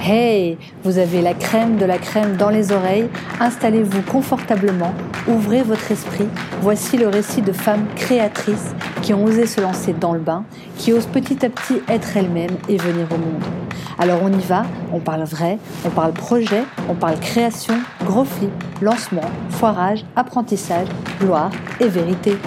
Hey, vous avez la crème de la crème dans les oreilles, installez-vous confortablement, ouvrez votre esprit, voici le récit de femmes créatrices qui ont osé se lancer dans le bain, qui osent petit à petit être elles-mêmes et venir au monde. Alors on y va, on parle vrai, on parle projet, on parle création, gros flip, lancement, foirage, apprentissage, gloire et vérité.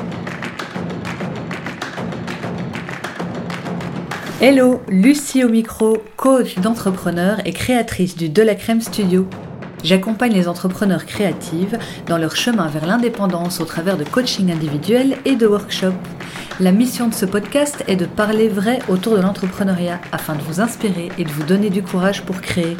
Hello, Lucie au micro, coach d'entrepreneurs et créatrice du De la Crème Studio. J'accompagne les entrepreneurs créatives dans leur chemin vers l'indépendance au travers de coaching individuel et de workshops. La mission de ce podcast est de parler vrai autour de l'entrepreneuriat afin de vous inspirer et de vous donner du courage pour créer.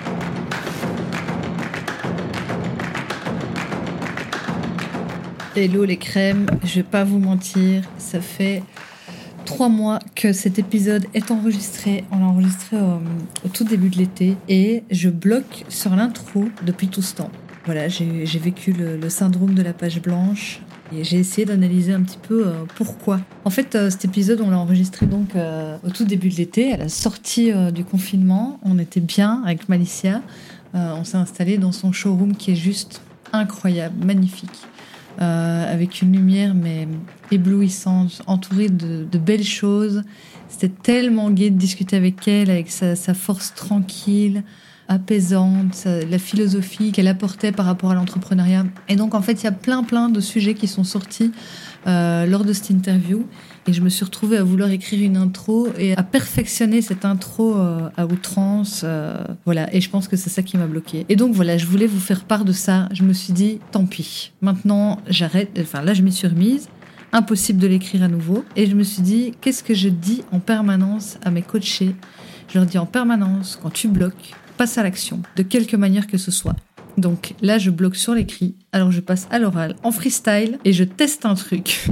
Hello les crèmes, je vais pas vous mentir, ça fait 3 mois que cet épisode est enregistré. On l'a enregistré au tout début de l'été et je bloque sur l'intro depuis tout ce temps. Voilà, j'ai vécu le syndrome de la page blanche et j'ai essayé d'analyser un petit peu pourquoi. En fait, cet épisode, on l'a enregistré donc au tout début de l'été, à la sortie du confinement. On était bien avec Malicia. On s'est installé dans son showroom qui est juste incroyable, magnifique. Avec une lumière mais éblouissante, entourée de belles choses. C'était tellement gai de discuter avec elle, avec sa force tranquille, apaisante, la philosophie qu'elle apportait par rapport à l'entrepreneuriat. Et donc en fait, il y a plein de sujets qui sont sortis lors de cette interview. Et je me suis retrouvée à vouloir écrire une intro et à perfectionner cette intro à outrance. Voilà, et je pense que c'est ça qui m'a bloquée. Et donc voilà, je voulais vous faire part de ça. Je me suis dit, tant pis. Maintenant, j'arrête. Enfin là, je m'y suis remise. Impossible de l'écrire à nouveau. Et je me suis dit, qu'est-ce que je dis en permanence à mes coachés ? Je leur dis en permanence, quand tu bloques, passe à l'action, de quelque manière que ce soit. Donc là, je bloque sur l'écrit. Alors je passe à l'oral, en freestyle, et je teste un truc.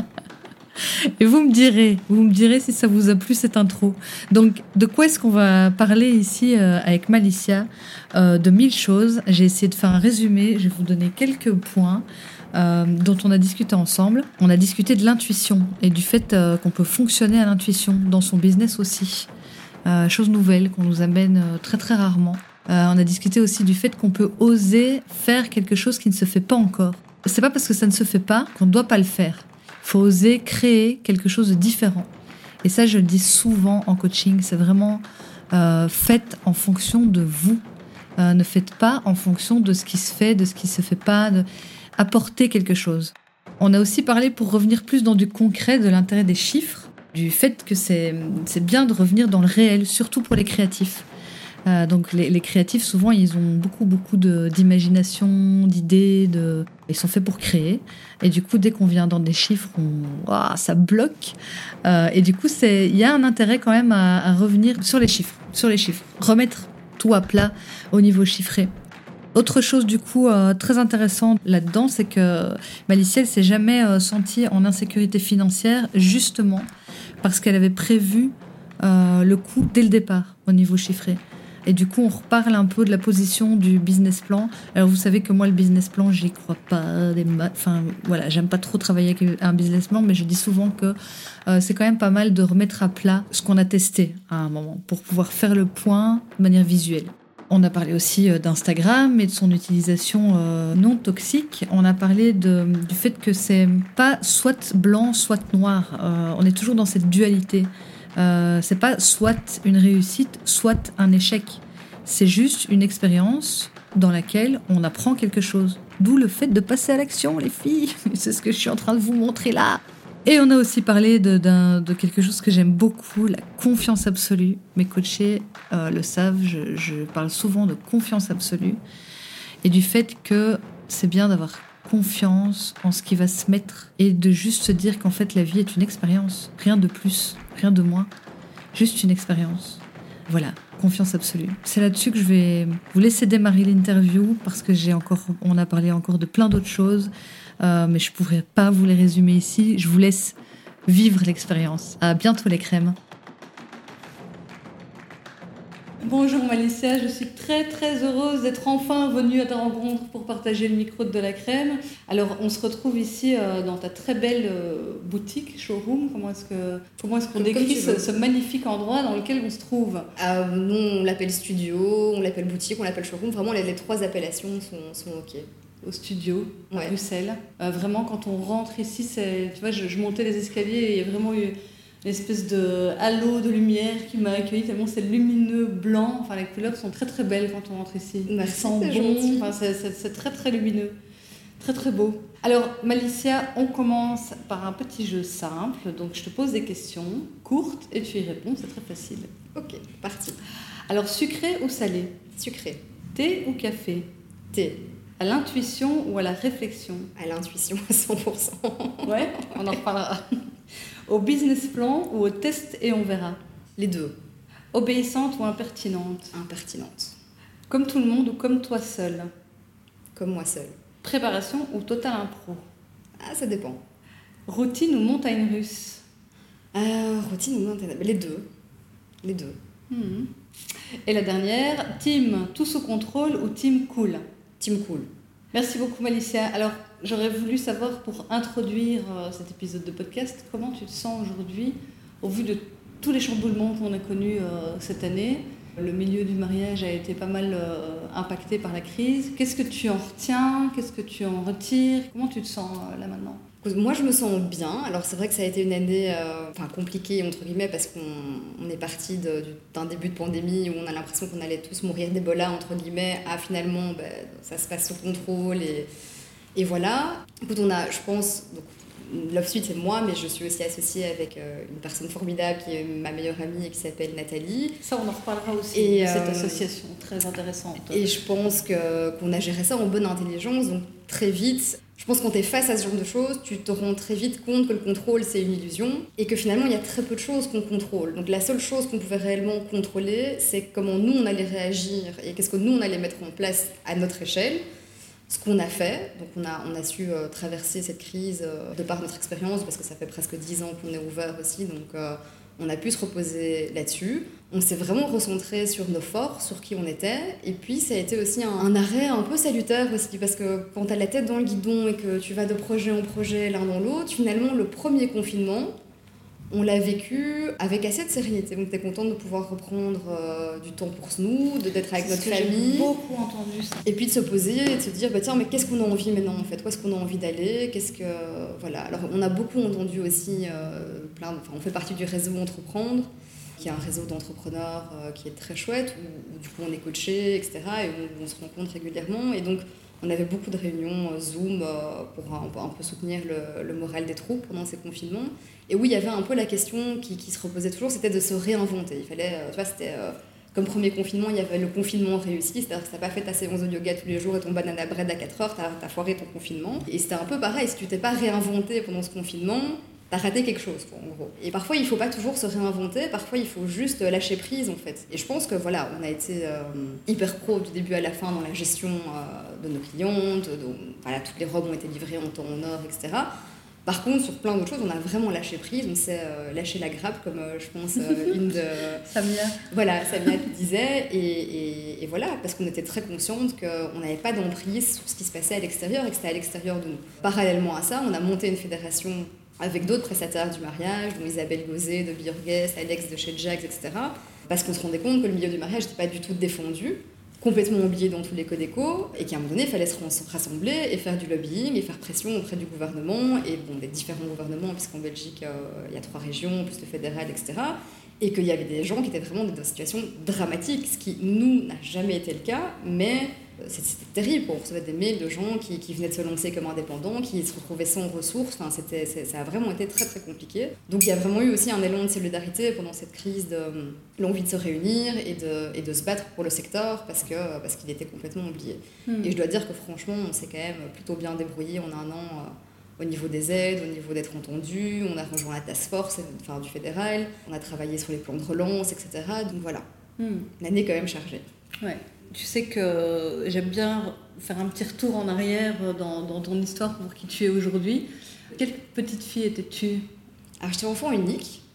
Et vous me direz si ça vous a plu cette intro. Donc, de quoi est-ce qu'on va parler ici avec Malicia de 1000 choses. J'ai essayé de faire un résumé. Je vais vous donner quelques points dont on a discuté ensemble. On a discuté de l'intuition et du fait qu'on peut fonctionner à l'intuition dans son business aussi. Chose nouvelle qu'on nous amène très très rarement. On a discuté aussi du fait qu'on peut oser faire quelque chose qui ne se fait pas encore. C'est pas parce que ça ne se fait pas qu'on ne doit pas le faire. Il faut oser créer quelque chose de différent. Et ça, je le dis souvent en coaching, c'est vraiment faites en fonction de vous. Ne faites pas en fonction de ce qui se fait, de ce qui se fait pas. Apportez quelque chose. On a aussi parlé, pour revenir plus dans du concret, de l'intérêt des chiffres, du fait que c'est bien de revenir dans le réel, surtout pour les créatifs. Donc les créatifs, souvent, ils ont beaucoup d'imagination, d'idées, ils sont faits pour créer. Et du coup, dès qu'on vient dans des chiffres, ça bloque. Et du coup, il y a un intérêt quand même à revenir sur les chiffres. Remettre tout à plat au niveau chiffré. Autre chose, du coup, très intéressante là-dedans, c'est que Malicia, elle s'est jamais sentie en insécurité financière, justement parce qu'elle avait prévu le coût dès le départ au niveau chiffré. Et du coup, on reparle un peu de la position du business plan. Alors, vous savez que moi, le business plan, j'y crois pas. Enfin, voilà, j'aime pas trop travailler avec un business plan, mais je dis souvent que c'est quand même pas mal de remettre à plat ce qu'on a testé à un moment pour pouvoir faire le point de manière visuelle. On a parlé aussi d'Instagram et de son utilisation non toxique. On a parlé du fait que c'est pas soit blanc, soit noir. On est toujours dans cette dualité. C'est pas soit une réussite, soit un échec. C'est juste une expérience dans laquelle on apprend quelque chose. D'où le fait de passer à l'action, les filles. C'est ce que je suis en train de vous montrer là. Et on a aussi parlé de quelque chose que j'aime beaucoup, la confiance absolue. Mes coachés le savent, je parle souvent de confiance absolue et du fait que c'est bien d'avoir confiance en ce qui va se mettre et de juste se dire qu'en fait la vie est une expérience, rien de plus, rien de moins, juste une expérience. Voilà, confiance absolue. C'est là-dessus que je vais vous laisser démarrer l'interview parce que on a parlé encore de plein d'autres choses, mais je pourrais pas vous les résumer ici. Je vous laisse vivre l'expérience. À bientôt les crèmes. Bonjour Malicia, je suis très très heureuse d'être enfin venue à ta rencontre pour partager le micro de la crème. Alors on se retrouve ici dans ta très belle boutique, showroom. Comment est-ce qu'on décrit ce magnifique endroit dans lequel on se trouve? Nous on l'appelle studio, on l'appelle boutique, on l'appelle showroom. Vraiment les trois appellations sont ok. Au studio, à Bruxelles. Vraiment quand on rentre ici, tu vois, je montais les escaliers et il y a vraiment eu une espèce de halo de lumière qui m'a accueilli tellement c'est lumineux, blanc. Enfin, les couleurs sont très très belles quand on rentre ici. Merci, ça sent bon. Enfin, c'est très très lumineux, très très beau. Alors, Malicia, on commence par un petit jeu simple. Donc, je te pose des questions courtes et tu y réponds. C'est très facile. Ok, parti. Alors, sucré ou salé? Sucré. Thé ou café? Thé. À l'intuition ou à la réflexion? À l'intuition, à 100%. Ouais, on en reparlera. Au business plan ou au test et on verra? Les deux. Obéissante ou impertinente? Impertinente. Comme tout le monde ou comme toi seule? Comme moi seule. Préparation ou total impro? Ah, ça dépend. Routine ou montagne russe? Routine ou montagne? Les deux. Les deux. Et la dernière, team tout sous contrôle ou team cool? Team cool. Merci beaucoup Malicia. Alors, j'aurais voulu savoir pour introduire cet épisode de podcast, comment tu te sens aujourd'hui au vu de tous les chamboulements qu'on a connus cette année. Le milieu du mariage a été pas mal impacté par la crise. Qu'est-ce que tu en retiens? Qu'est-ce que tu en retires? Comment tu te sens là maintenant? Moi, je me sens bien. Alors, c'est vrai que ça a été une année compliquée, entre guillemets, parce qu'on est parti d'un début de pandémie où on a l'impression qu'on allait tous mourir d'Ebola, entre guillemets, à finalement, ça se passe sous contrôle. Et voilà. Écoute, on a, je pense, donc, Love Suite, c'est moi, mais je suis aussi associée avec une personne formidable qui est ma meilleure amie et qui s'appelle Nathalie. Ça, on en reparlera aussi, de cette association très intéressante. Et je pense qu'on a géré ça en bonne intelligence, donc très vite. Je pense que quand tu es face à ce genre de choses, tu te rends très vite compte que le contrôle, c'est une illusion et que finalement, il y a très peu de choses qu'on contrôle. Donc la seule chose qu'on pouvait réellement contrôler, c'est comment nous, on allait réagir et qu'est-ce que nous, on allait mettre en place à notre échelle. Ce qu'on a fait, donc on a su traverser cette crise de par notre expérience, parce que ça fait presque 10 ans qu'on est ouvert aussi, donc on a pu se reposer là-dessus. On s'est vraiment recentré sur nos forces, sur qui on était, et puis ça a été aussi un arrêt un peu salutaire aussi, parce que quand tu as la tête dans le guidon et que tu vas de projet en projet l'un dans l'autre, finalement le premier confinement, on l'a vécu avec assez de sérénité. Donc, tu es contente de pouvoir reprendre du temps pour nous, d'être avec notre famille. J'ai beaucoup entendu ça. Et puis de se poser et de se dire, tiens, mais qu'est-ce qu'on a envie maintenant en fait? Où est-ce qu'on a envie d'aller? Voilà. Alors, on a beaucoup entendu aussi on fait partie du réseau Entreprendre, qui est un réseau d'entrepreneurs qui est très chouette, où du coup on est coaché, etc. Et où on se rencontre régulièrement. Et donc, on avait beaucoup de réunions Zoom pour un peu soutenir le moral des troupes pendant ces confinements. Et oui, il y avait un peu la question qui se reposait toujours, c'était de se réinventer. Il fallait, tu vois, c'était comme premier confinement, il y avait le confinement réussi, c'est-à-dire que si t'as pas fait ta séance de yoga tous les jours et ton banana bread à 4 heures, t'as foiré ton confinement. Et c'était un peu pareil, si tu t'es pas réinventé pendant ce confinement, t'as raté quelque chose, quoi, en gros. Et parfois, il faut pas toujours se réinventer, parfois, il faut juste lâcher prise, en fait. Et je pense que, voilà, on a été hyper pro du début à la fin dans la gestion de nos clientes, voilà, toutes les robes ont été livrées en temps, en heure, etc. Par contre, sur plein d'autres choses, on a vraiment lâché prise, on s'est lâché la grappe, comme je pense une de... Samia. Voilà, Samia disait, et voilà, parce qu'on était très consciente qu'on n'avait pas d'emprise sur ce qui se passait à l'extérieur et que c'était à l'extérieur de nous. Parallèlement à ça, on a monté une fédération avec d'autres prestataires du mariage, dont Isabelle Gauzet de Be Your Guest, Alex de chez Jax, etc. Parce qu'on se rendait compte que le milieu du mariage n'était pas du tout défendu, complètement oublié dans tous les codes éco, et qu'à un moment donné, il fallait se rassembler et faire du lobbying et faire pression auprès du gouvernement, et des différents gouvernements, puisqu'en Belgique, il y a 3 régions, plus le fédéral, etc. Et qu'il y avait des gens qui étaient vraiment dans des situations dramatiques, ce qui, nous, n'a jamais été le cas, mais c'était terrible. On recevait des mails de gens qui venaient de se lancer comme indépendants, qui se retrouvaient sans ressources. Enfin, ça a vraiment été très, très compliqué. Donc, il y a vraiment eu aussi un élan de solidarité pendant cette crise, de l'envie de se réunir et de se battre pour le secteur parce qu'il était complètement oublié. Et je dois dire que franchement, on s'est quand même plutôt bien débrouillé en un an au niveau des aides, au niveau d'être entendu. On a rejoint la task force du fédéral, on a travaillé sur les plans de relance, etc. Donc voilà, une année quand même chargée. Ouais. Tu sais que j'aime bien faire un petit retour en arrière dans ton histoire pour qui tu es aujourd'hui. Quelle petite fille étais-tu? Alors j'étais enfant unique,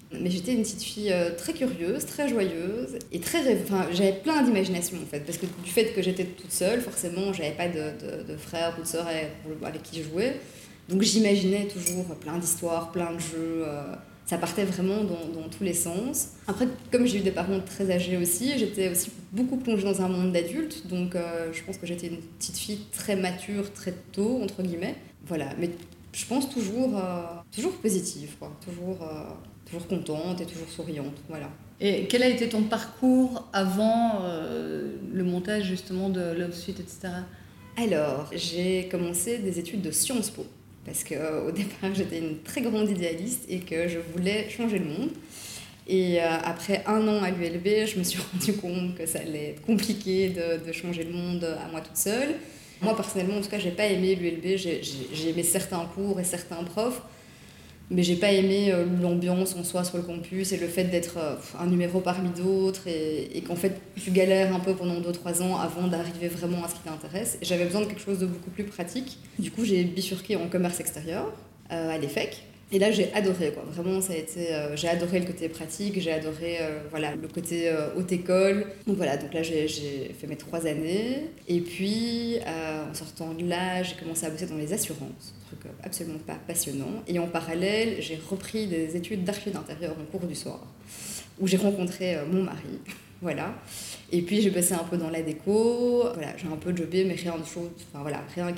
Mais j'étais une petite fille très curieuse, très joyeuse et enfin, j'avais plein d'imagination en fait, parce que du fait que j'étais toute seule, forcément, j'avais pas de frères ou de sœurs avec qui jouer. Donc j'imaginais toujours plein d'histoires, plein de jeux. Ça partait vraiment dans tous les sens. Après, comme j'ai eu des parents très âgés aussi, j'étais aussi beaucoup plongée dans un monde d'adultes. Donc je pense que j'étais une petite fille très mature, très tôt, entre guillemets. Voilà, mais je pense toujours positive, quoi. Toujours contente et toujours souriante, voilà. Et quel a été ton parcours avant le montage justement de Love Suite, etc. Alors, j'ai commencé des études de Sciences Po. Parce qu'au départ, j'étais une très grande idéaliste et que je voulais changer le monde. Et après 1 an à l'ULB, je me suis rendu compte que ça allait être compliqué de changer le monde à moi toute seule. Moi, personnellement, en tout cas, j'ai pas aimé l'ULB. J'ai aimé certains cours et certains profs, mais j'ai pas aimé l'ambiance en soi sur le campus et le fait d'être un numéro parmi d'autres et qu'en fait, tu galères un peu pendant 2-3 ans avant d'arriver vraiment à ce qui t'intéresse. J'avais besoin de quelque chose de beaucoup plus pratique. Du coup, j'ai bifurqué en commerce extérieur à l'EFEC. Et là, j'ai adoré, quoi. Vraiment, ça a été, j'ai adoré le côté pratique, j'ai adoré voilà, le côté haute école. Donc voilà, donc là, j'ai fait mes 3 années. Et puis, en sortant de là, j'ai commencé à bosser dans les assurances. Un truc absolument pas passionnant. Et en parallèle, j'ai repris des études d'archi d'intérieur en cours du soir, où j'ai rencontré mon mari. Voilà. Et puis, j'ai bossé un peu dans la déco. Voilà, j'ai un peu jobé, mais rien de chose. Enfin voilà, rien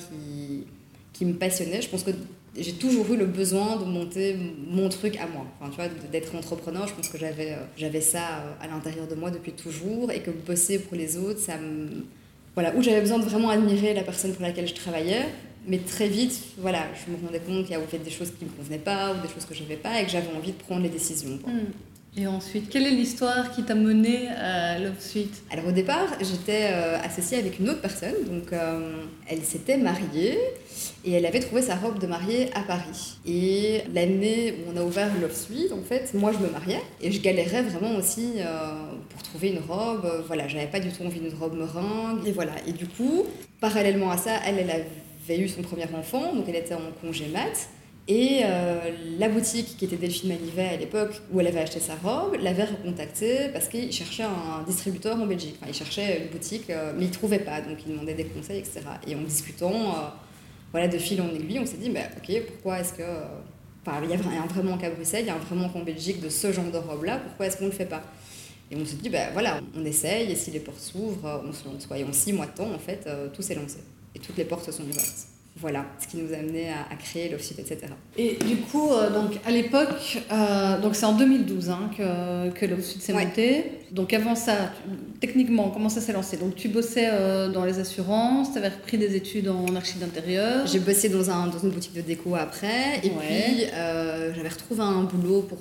qui me passionnait. Je pense que j'ai toujours eu le besoin de monter mon truc à moi. Enfin, tu vois, d'être entrepreneur, je pense que j'avais ça à l'intérieur de moi depuis toujours et que bosser pour les autres, ça me... Voilà, où j'avais besoin de vraiment admirer la personne pour laquelle je travaillais, mais très vite, voilà, je me rendais compte qu'il y avait des choses qui ne me convenaient pas ou des choses que je n'aimais pas et que j'avais envie de prendre les décisions. Et ensuite, quelle est l'histoire qui t'a menée à Love Suite ? Alors au départ, j'étais associée avec une autre personne, donc elle s'était mariée et elle avait trouvé sa robe de mariée à Paris. Et l'année où on a ouvert Love Suite, en fait, moi je me mariais et je galérais vraiment aussi pour trouver une robe. Voilà, j'avais pas du tout envie d'une robe meringue et voilà. Et du coup, parallèlement à ça, elle avait eu son premier enfant, donc elle était en congé mat. Et la boutique qui était Delphine Manivet à l'époque, où elle avait acheté sa robe, l'avait recontactée parce qu'il cherchait un distributeur en Belgique. Enfin, il cherchait une boutique, mais il ne trouvait pas, donc il demandait des conseils, etc. Et en discutant, voilà, de fil en aiguille, on s'est dit, bah, ok, pourquoi est-ce que... Enfin, il y a un vrai manque à Bruxelles, il y a un vrai manque en Belgique de ce genre de robe-là, pourquoi est-ce qu'on ne le fait pas ? Et on s'est dit, bah, voilà, on essaye, et si les portes s'ouvrent, on se lance. Et en 6 mois de temps, en fait, tout s'est lancé. Et toutes les portes se sont ouvertes. Voilà, ce qui nous a amené à créer Love Suite, etc. Et du coup, donc à l'époque, donc c'est en 2012 que Love Suite s'est monté. Donc avant ça, techniquement, comment ça s'est lancé ? Donc tu bossais dans les assurances, tu avais repris des études en archi d'intérieur. J'ai bossé dans une boutique de déco après, et puis j'avais retrouvé un boulot pour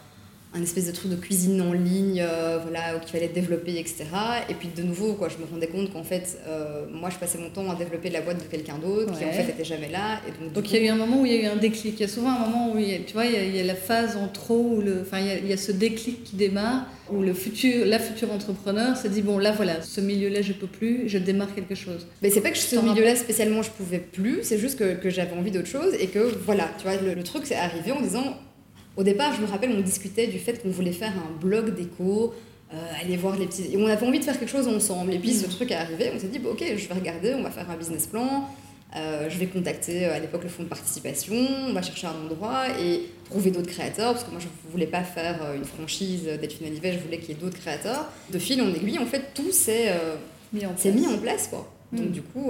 un espèce de truc de cuisine en ligne, voilà, qu'il fallait développer, etc. Et puis de nouveau, quoi, je me rendais compte qu'en fait, moi, je passais mon temps à développer la boîte de quelqu'un d'autre, qui en fait n'était jamais là. Et donc il y a eu un moment où il y a eu un déclic. Il y a souvent un moment où, tu vois, il y a la phase en trop, enfin, il y a ce déclic qui démarre, où la future entrepreneur se dit, bon, là, voilà, ce milieu-là, je peux plus, je démarre quelque chose. Mais c'est pas que ce milieu-là, spécialement, je pouvais plus, c'est juste que j'avais envie d'autre chose, et que, voilà, tu vois, le truc, c'est arrivé en disant... Au départ, je me rappelle, on discutait du fait qu'on voulait faire un blog déco, aller voir les petits... Et on avait envie de faire quelque chose ensemble. Et puis ce truc est arrivé, on s'est dit, bon, ok, je vais regarder, on va faire un business plan, je vais contacter à l'époque le fonds de participation, on va chercher un endroit et trouver d'autres créateurs, parce que moi je ne voulais pas faire une franchise Delphine Manivet, je voulais qu'il y ait d'autres créateurs. De fil en aiguille, en fait, tout s'est mis en place, quoi. Donc du coup,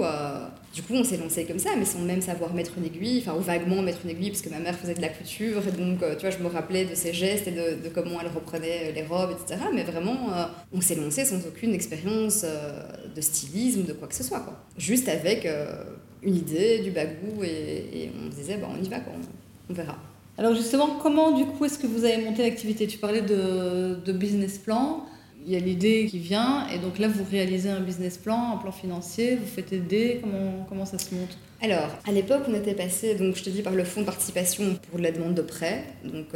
on s'est lancé comme ça, mais sans même savoir mettre une aiguille, enfin, ou vaguement mettre une aiguille, parce que ma mère faisait de la couture, et donc, tu vois, je me rappelais de ses gestes et de comment elle reprenait les robes, etc. Mais vraiment, on s'est lancé sans aucune expérience de stylisme, de quoi que ce soit, quoi. Juste avec une idée, du bagou, et on se disait, bah, on y va, quoi, on verra. Alors justement, comment, du coup, est-ce que vous avez monté l'activité ? Tu parlais de business plan. Il y a l'idée qui vient, et donc là, vous réalisez un business plan, un plan financier, vous faites aider, comment ça se monte ? Alors, à l'époque, on était passé, donc je te dis, par le fonds de participation pour la demande de prêt. Donc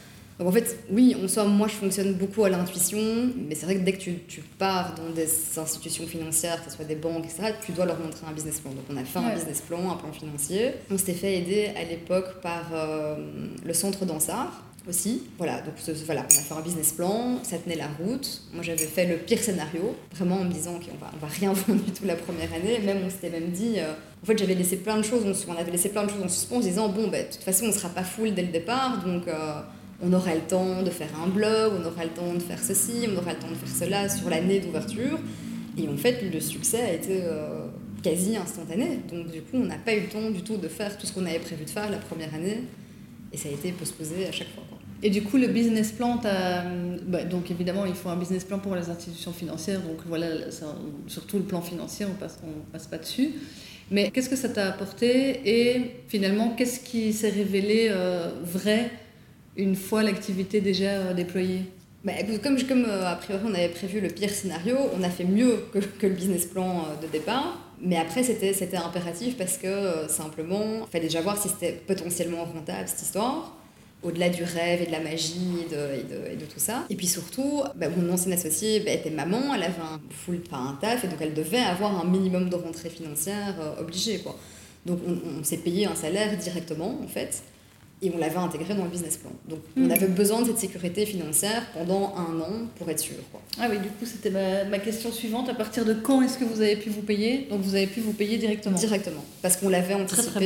en fait, oui, en somme, moi, je fonctionne beaucoup à l'intuition, mais c'est vrai que dès que tu pars dans des institutions financières, que ce soit des banques, etc., tu dois leur montrer un business plan. Donc on a fait un business plan, un plan financier. On s'était fait aider à l'époque par le centre d'Ansart, aussi. Voilà, donc voilà, on a fait un business plan, ça tenait la route. Moi, j'avais fait le pire scénario, vraiment en me disant ok, on va rien vendre du tout la première année. Même on s'était même dit, en fait, j'avais laissé plein de choses, on avait laissé plein de choses en suspens, en se disant bon, de toute façon, on sera pas full dès le départ, donc on aura le temps de faire un blog, on aura le temps de faire ceci, on aura le temps de faire cela sur l'année d'ouverture. Et en fait, le succès a été quasi instantané. Donc du coup, on n'a pas eu le temps du tout de faire tout ce qu'on avait prévu de faire la première année. Et ça a été postposé à chaque fois. Et du coup, le business plan, donc évidemment, il faut un business plan pour les institutions financières. Donc voilà, surtout le plan financier, on passe pas dessus. Mais qu'est-ce que ça t'a apporté et finalement, qu'est-ce qui s'est révélé vrai une fois l'activité déjà déployée? Comme a priori on avait prévu le pire scénario, on a fait mieux que le business plan de départ. Mais après, c'était impératif parce que simplement, il fallait déjà voir si c'était potentiellement rentable cette histoire, au-delà du rêve et de la magie et de tout ça. Et puis surtout, mon ancienne associée était maman, elle avait un taf, et donc elle devait avoir un minimum de rentrée financière obligée, quoi. Donc on s'est payé un salaire directement, en fait. Et on l'avait intégré dans le business plan. Donc on avait besoin de cette sécurité financière pendant 1 an pour être sûr, quoi. Ah oui, du coup c'était ma question suivante. À partir de quand est-ce que vous avez pu vous payer? Donc vous avez pu vous payer directement? Directement, parce qu'on l'avait anticipé.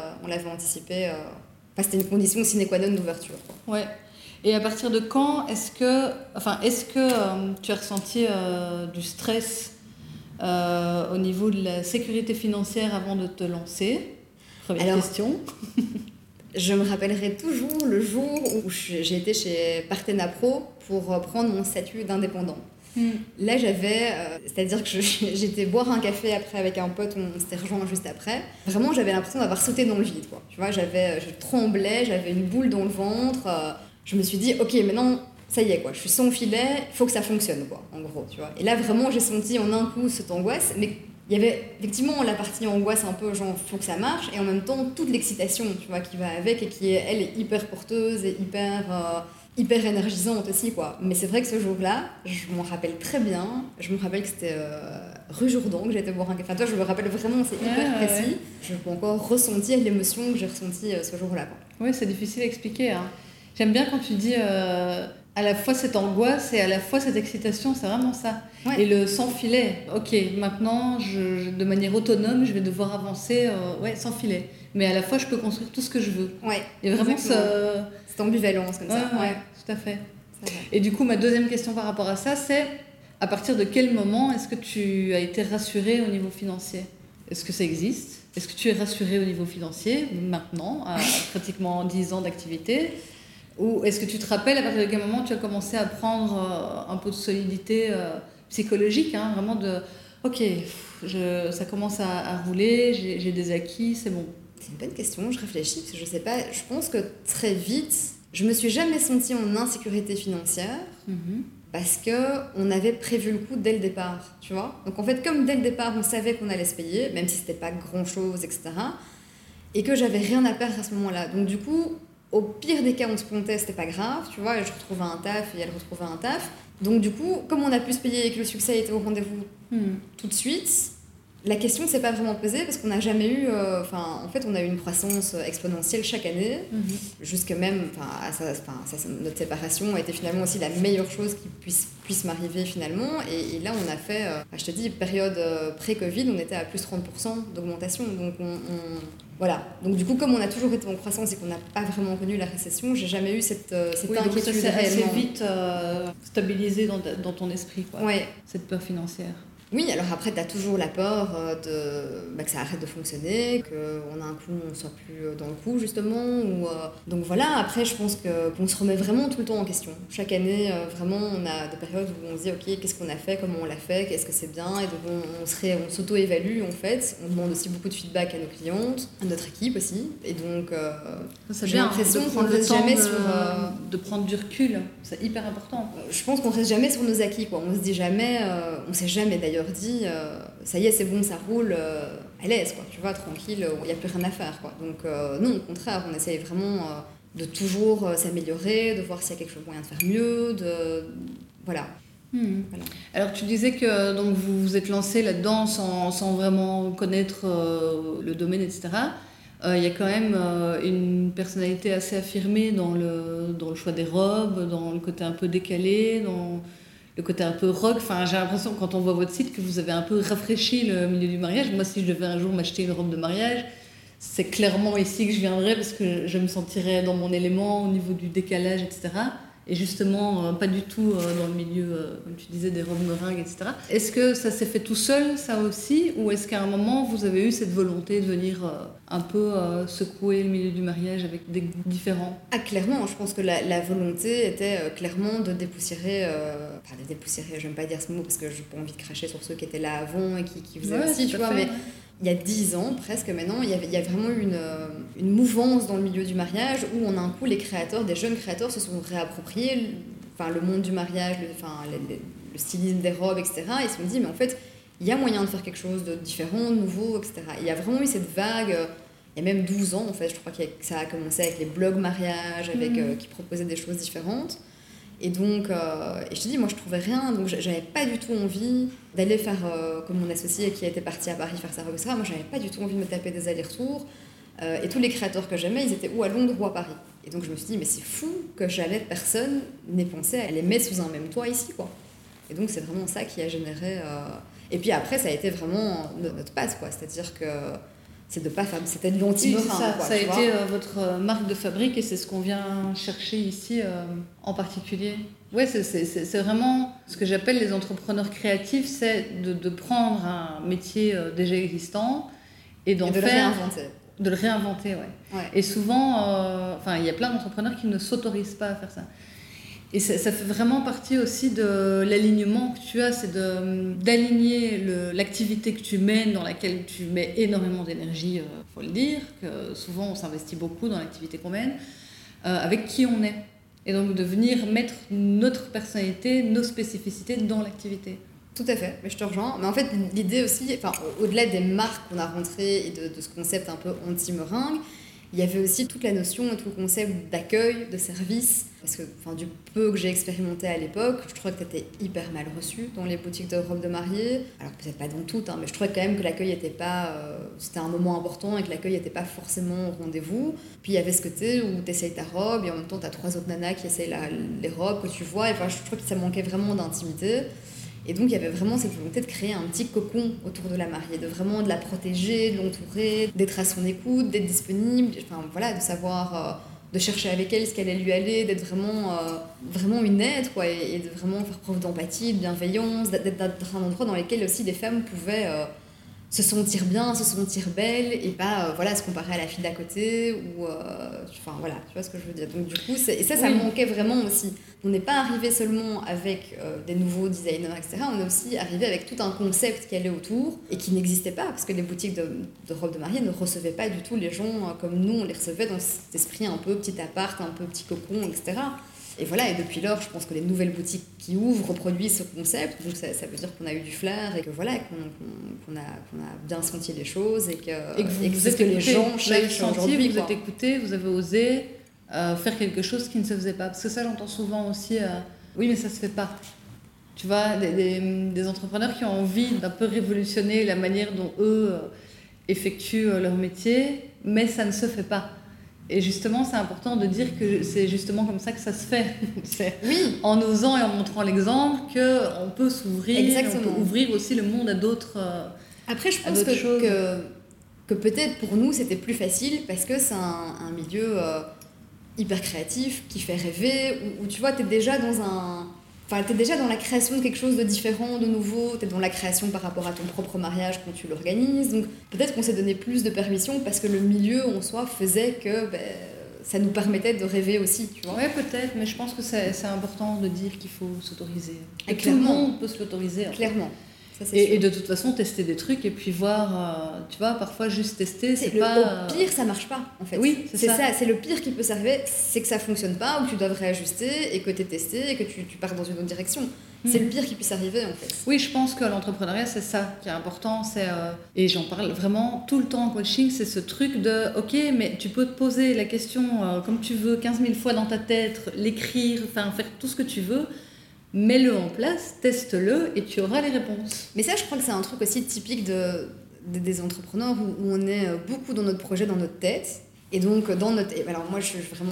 C'était une condition sine qua non d'ouverture, quoi. Ouais. Et à partir de quand est-ce que tu as ressenti du stress au niveau de la sécurité financière avant de te lancer? Première question. Je me rappellerai toujours le jour où j'ai été chez Partena Pro pour prendre mon statut d'indépendant. Là, c'est-à-dire que j'étais boire un café après avec un pote, on s'était rejoint juste après. Vraiment, j'avais l'impression d'avoir sauté dans le vide, quoi. Tu vois, je tremblais, j'avais une boule dans le ventre. Je me suis dit, ok, maintenant, ça y est, quoi. Je suis sans filet, il faut que ça fonctionne, quoi, en gros, tu vois. Et là, vraiment, j'ai senti en un coup cette angoisse, mais il y avait effectivement la partie angoisse un peu genre faut que ça marche, et en même temps toute l'excitation, tu vois, qui va avec et qui elle est hyper porteuse et hyper énergisante aussi, quoi. Mais c'est vrai que ce jour-là, je m'en rappelle très bien. Je me rappelle que c'était rue Jourdan que j'étais boire un café. Enfin, toi, je me rappelle vraiment, c'est hyper précis. Ouais. Je peux encore ressentir l'émotion que j'ai ressentie ce jour-là, quoi. Oui, c'est difficile à expliquer, hein. J'aime bien quand tu dis à la fois cette angoisse et à la fois cette excitation, c'est vraiment ça. Ouais. Et le sans filet. Ok, maintenant, de manière autonome, je vais devoir avancer sans filet. Mais à la fois, je peux construire tout ce que je veux. Ouais. Et vraiment cette ambivalence comme ça. Ouais, tout à fait. Et du coup, ma deuxième question par rapport à ça, c'est à partir de quel moment est-ce que tu as été rassurée au niveau financier? Est-ce que ça existe? Est-ce que tu es rassurée au niveau financier maintenant, à pratiquement 10 ans d'activité? Ou est-ce que tu te rappelles à partir de quel moment tu as commencé à prendre un peu de solidité psychologique, hein, vraiment de ok, ça commence à rouler, j'ai des acquis, c'est bon? C'est une bonne question, je réfléchis parce que je sais pas, je pense que très vite, je me suis jamais sentie en insécurité financière parce qu'on avait prévu le coup dès le départ, tu vois. Donc en fait, comme dès le départ, on savait qu'on allait se payer, même si c'était pas grand-chose, etc. Et que j'avais rien à perdre à ce moment-là. Donc du coup, au pire des cas, on se plantait, c'était pas grave, tu vois, je retrouvais un taf et elle retrouvait un taf. Donc du coup, comme on a pu se payer et que le succès était au rendez-vous tout de suite, la question s'est pas vraiment posée parce qu'on n'a jamais eu... en fait, on a eu une croissance exponentielle chaque année, jusque même... notre séparation a été finalement aussi la meilleure chose qui puisse m'arriver finalement. Et là, on a fait... je te dis, période pré-Covid, on était à plus 30% d'augmentation. Donc voilà. Donc du coup, comme on a toujours été en croissance et qu'on n'a pas vraiment connu la récession, j'ai jamais eu cette inquiétude donc ça s'est réellement. Assez vite stabilisé dans ton esprit, quoi. Ouais. Cette peur financière. Oui, alors après, tu as toujours la peur que ça arrête de fonctionner, qu'on a un coup, on ne soit plus dans le coup, justement. Donc voilà, après, je pense qu'on se remet vraiment tout le temps en question. Chaque année, vraiment, on a des périodes où on se dit, OK, qu'est-ce qu'on a fait, comment on l'a fait, qu'est-ce que c'est bien. Et donc, on s'auto-évalue, en fait. On demande aussi beaucoup de feedback à nos clientes, à notre équipe aussi. Et donc, j'ai l'impression qu'on ne reste jamais de prendre du recul. C'est hyper important. Je pense qu'on ne reste jamais sur nos acquis, quoi. On se dit jamais, on ne s'est jamais d'ailleurs dit ça y est, c'est bon, ça roule à l'aise, quoi, tu vois, tranquille, il n'y a plus rien à faire, quoi. Donc non, au contraire, on essaye vraiment de toujours s'améliorer, de voir s'il y a quelque chose moyen de faire mieux, voilà. Voilà. Alors tu disais que donc, vous vous êtes lancé là-dedans sans vraiment connaître le domaine, etc. Il y a quand même une personnalité assez affirmée dans le choix des robes, dans le côté un peu décalé, dans le côté un peu rock. Enfin, j'ai l'impression, quand on voit votre site, que vous avez un peu rafraîchi le milieu du mariage. Moi, si je devais un jour m'acheter une robe de mariage, c'est clairement ici que je viendrais parce que je me sentirais dans mon élément au niveau du décalage, etc. Et justement, pas du tout dans le milieu, comme tu disais, des robes meringues, etc. Est-ce que ça s'est fait tout seul, ça aussi, ou est-ce qu'à un moment, vous avez eu cette volonté de venir un peu secouer le milieu du mariage avec des goûts différents ? Ah, clairement, je pense que la volonté était clairement de dépoussiérer, enfin de dépoussiérer, j'aime pas dire ce mot parce que j'ai pas envie de cracher sur ceux qui étaient là avant et qui faisaient aussi, tu vois, mais il y a 10 ans presque maintenant, il y a vraiment eu une mouvance dans le milieu du mariage où en un coup les créateurs, des jeunes créateurs se sont réappropriés le monde du mariage, le stylisme des robes, etc. Ils se sont dit mais en fait il y a moyen de faire quelque chose de différent, de nouveau, etc. Et il y a vraiment eu cette vague, il y a même 12 ans en fait, je crois que ça a commencé avec les blogs mariage, avec, qui proposaient des choses différentes. Et donc, et je te dis, moi je trouvais rien, donc j'avais pas du tout envie d'aller faire comme mon associé qui était parti à Paris faire sa robe, etc. Moi j'avais pas du tout envie de me taper des allers-retours. Et tous les créateurs que j'aimais, ils étaient ou à Londres ou à Paris. Et donc je me suis dit, mais c'est fou que jamais personne n'ait pensé à les mettre sous un même toit ici, quoi. Et donc c'est vraiment ça qui a généré. Et puis après, ça a été vraiment notre passe, quoi. C'est-à-dire que c'est de pas faire, c'était de l'anti-meringue. Ça a été votre marque de fabrique et c'est ce qu'on vient chercher ici en particulier. Ouais, c'est vraiment ce que j'appelle les entrepreneurs créatifs, c'est de prendre un métier déjà existant et d'en faire... le réinventer. De le réinventer, ouais. Et souvent, il y a plein d'entrepreneurs qui ne s'autorisent pas à faire ça. Et ça fait vraiment partie aussi de l'alignement que tu as, c'est d'aligner l'activité que tu mènes, dans laquelle tu mets énormément d'énergie, faut le dire, que souvent on s'investit beaucoup dans l'activité qu'on mène, avec qui on est. Et donc de venir mettre notre personnalité, nos spécificités dans l'activité. Tout à fait, mais je te rejoins. Mais en fait, l'idée aussi, au-delà des marques qu'on a rentrées et de ce concept un peu anti-meringue, il y avait aussi toute la notion et tout le concept d'accueil, de service. Parce que du peu que j'ai expérimenté à l'époque, je trouvais que tu étais hyper mal reçu dans les boutiques de robes de mariée. Alors peut-être pas dans toutes, mais je trouvais quand même que l'accueil n'était pas... c'était un moment important et que l'accueil n'était pas forcément au rendez-vous. Puis il y avait ce côté où tu essayes ta robe et en même temps tu as 3 autres nanas qui essayent les robes que tu vois. Et je trouve que ça manquait vraiment d'intimité. Et donc il y avait vraiment cette volonté de créer un petit cocon autour de la mariée, de vraiment de la protéger, de l'entourer, d'être à son écoute, d'être disponible, de savoir, de chercher avec elle ce qu'elle allait lui aller, d'être vraiment une aide, quoi, et de vraiment faire preuve d'empathie, de bienveillance, d'être un endroit dans lequel aussi les femmes pouvaient se sentir bien, se sentir belles et pas se comparer à la fille d'à côté ou tu vois ce que je veux dire. Donc du coup ça me manquait vraiment aussi. On n'est pas arrivé seulement avec des nouveaux designers, etc. On est aussi arrivé avec tout un concept qui allait autour et qui n'existait pas parce que les boutiques de robes de mariée ne recevaient pas du tout les gens comme nous on les recevait, dans cet esprit un peu petit appart, un peu petit cocon, etc. Et voilà, et depuis lors, je pense que les nouvelles boutiques qui ouvrent reproduisent ce concept, donc ça veut dire qu'on a eu du flair et que qu'on a bien senti les choses et que c'est ce que les gens cherchent aujourd'hui. Vous êtes écoutés, vous avez osé faire quelque chose qui ne se faisait pas. Parce que ça, j'entends souvent aussi, oui, mais ça se fait pas. Tu vois, des entrepreneurs qui ont envie d'un peu révolutionner la manière dont eux effectuent leur métier, mais ça ne se fait pas. Et justement, c'est important de dire que c'est justement comme ça que ça se fait. C'est en osant et en montrant l'exemple qu'on peut s'ouvrir, on peut ouvrir aussi le monde à d'autres Après, je pense que peut-être pour nous, c'était plus facile parce que c'est un milieu hyper créatif qui fait rêver, où tu vois, t'es déjà dans la création de quelque chose de différent, de nouveau, t'es dans la création par rapport à ton propre mariage quand tu l'organises, donc peut-être qu'on s'est donné plus de permission parce que le milieu en soi faisait que ça nous permettait de rêver aussi, tu vois. Ouais, peut-être, mais je pense que c'est important de dire qu'il faut s'autoriser. Et tout le monde peut se l'autoriser. Clairement. Ça, et de toute façon, tester des trucs et puis voir, tu vois, parfois juste tester, c'est pas... Au pire, ça marche pas, en fait. Oui, c'est ça. C'est le pire qui peut s'arriver, c'est que ça fonctionne pas, ou que tu dois réajuster, et que t'es testé, et que tu pars dans une autre direction. C'est le pire qui puisse arriver, en fait. Oui, je pense que l'entrepreneuriat, c'est ça qui est important. Et j'en parle vraiment tout le temps en coaching, c'est ce truc de, ok, mais tu peux te poser la question comme tu veux, 15 000 fois dans ta tête, l'écrire, faire tout ce que tu veux, mets-le en place, teste-le et tu auras les réponses. Mais ça, je crois que c'est un truc aussi typique des entrepreneurs où on est beaucoup dans notre projet, dans notre tête. Et donc, alors moi,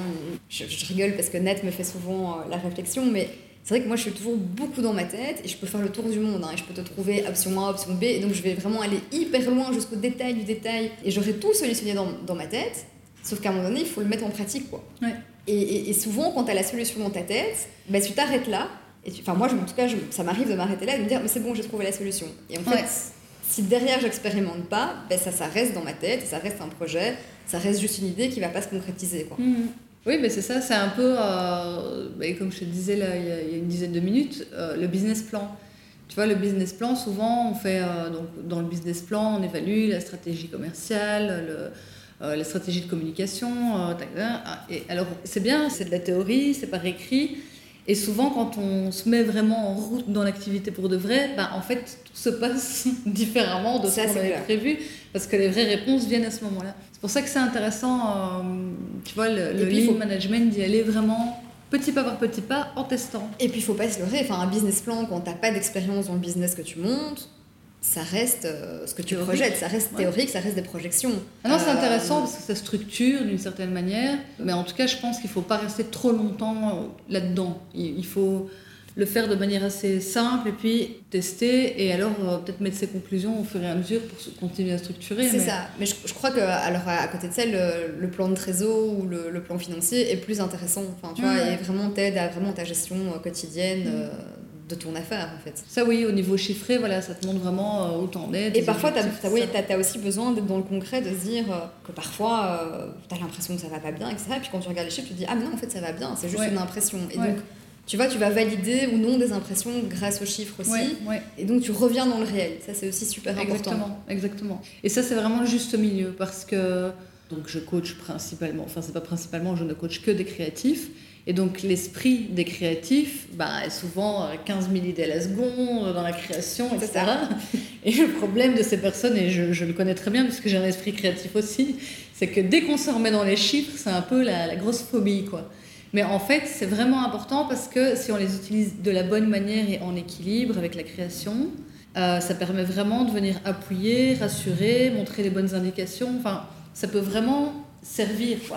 je rigole parce que Nat me fait souvent la réflexion, mais c'est vrai que moi, je suis toujours beaucoup dans ma tête et je peux faire le tour du monde. Et je peux te trouver option A, option B. Et donc, je vais vraiment aller hyper loin jusqu'au détail du détail. Et j'aurai tout solutionné dans ma tête. Sauf qu'à un moment donné, il faut le mettre en pratique, quoi. Ouais. Et souvent, quand tu as la solution dans ta tête, tu t'arrêtes là. Moi, en tout cas, ça m'arrive de m'arrêter là et de me dire, mais c'est bon, j'ai trouvé la solution. Et en fait, si derrière, j'expérimente pas, ça reste dans ma tête, ça reste un projet, ça reste juste une idée qui va pas se concrétiser, quoi. Oui, mais c'est ça, c'est un peu, comme je te disais là, il y a une dizaine de minutes, le business plan. Tu vois, le business plan, souvent, on fait, donc, dans le business plan, on évalue la stratégie commerciale, la stratégie de communication. Et alors, c'est bien, c'est de la théorie, c'est par écrit. Et souvent, quand on se met vraiment en route dans l'activité pour de vrai, en fait, tout se passe différemment de ce qu'on avait prévu, parce que les vraies réponses viennent à ce moment-là. C'est pour ça que c'est intéressant, tu vois, le lean management, d'y aller vraiment petit pas par petit pas, en testant. Et puis, il ne faut pas se leurrer. Un business plan, quand tu n'as pas d'expérience dans le business que tu montes, ça reste ce que tu projettes, ça reste théorique, ça reste des projections. Non, c'est intéressant parce que ça structure d'une certaine manière, mais en tout cas, je pense qu'il ne faut pas rester trop longtemps là-dedans. Il faut le faire de manière assez simple et puis tester et alors peut-être mettre ses conclusions au fur et à mesure pour continuer à structurer. C'est ça, mais je crois qu'à côté de ça, le plan de trésor ou le plan financier est plus intéressant. Tu vois, et vraiment t'aide à vraiment ta gestion quotidienne. De ton affaire en fait. Ça oui, au niveau chiffré, voilà, ça te montre vraiment où t'en es. Et parfois, t'as aussi besoin d'être dans le concret, de se dire que parfois, t'as l'impression que ça va pas bien, etc. Et puis quand tu regardes les chiffres, tu te dis, ah mais non, en fait ça va bien, c'est juste une impression. Et donc, tu vois, tu vas valider ou non des impressions grâce aux chiffres aussi. Et donc, tu reviens dans le réel. Ça, c'est aussi super important. Exactement. Et ça, c'est vraiment le juste milieu parce que donc, je coach principalement, enfin c'est pas principalement, je ne coach que des créatifs. Et donc l'esprit des créatifs est souvent 15 000 idées à la seconde dans la création, etc. Et le problème de ces personnes, et je le connais très bien parce que j'ai un esprit créatif aussi, c'est que dès qu'on se remet dans les chiffres, c'est un peu la grosse phobie, quoi. Mais en fait, c'est vraiment important parce que si on les utilise de la bonne manière et en équilibre avec la création, ça permet vraiment de venir appuyer, rassurer, montrer les bonnes indications. Enfin, ça peut vraiment servir, quoi.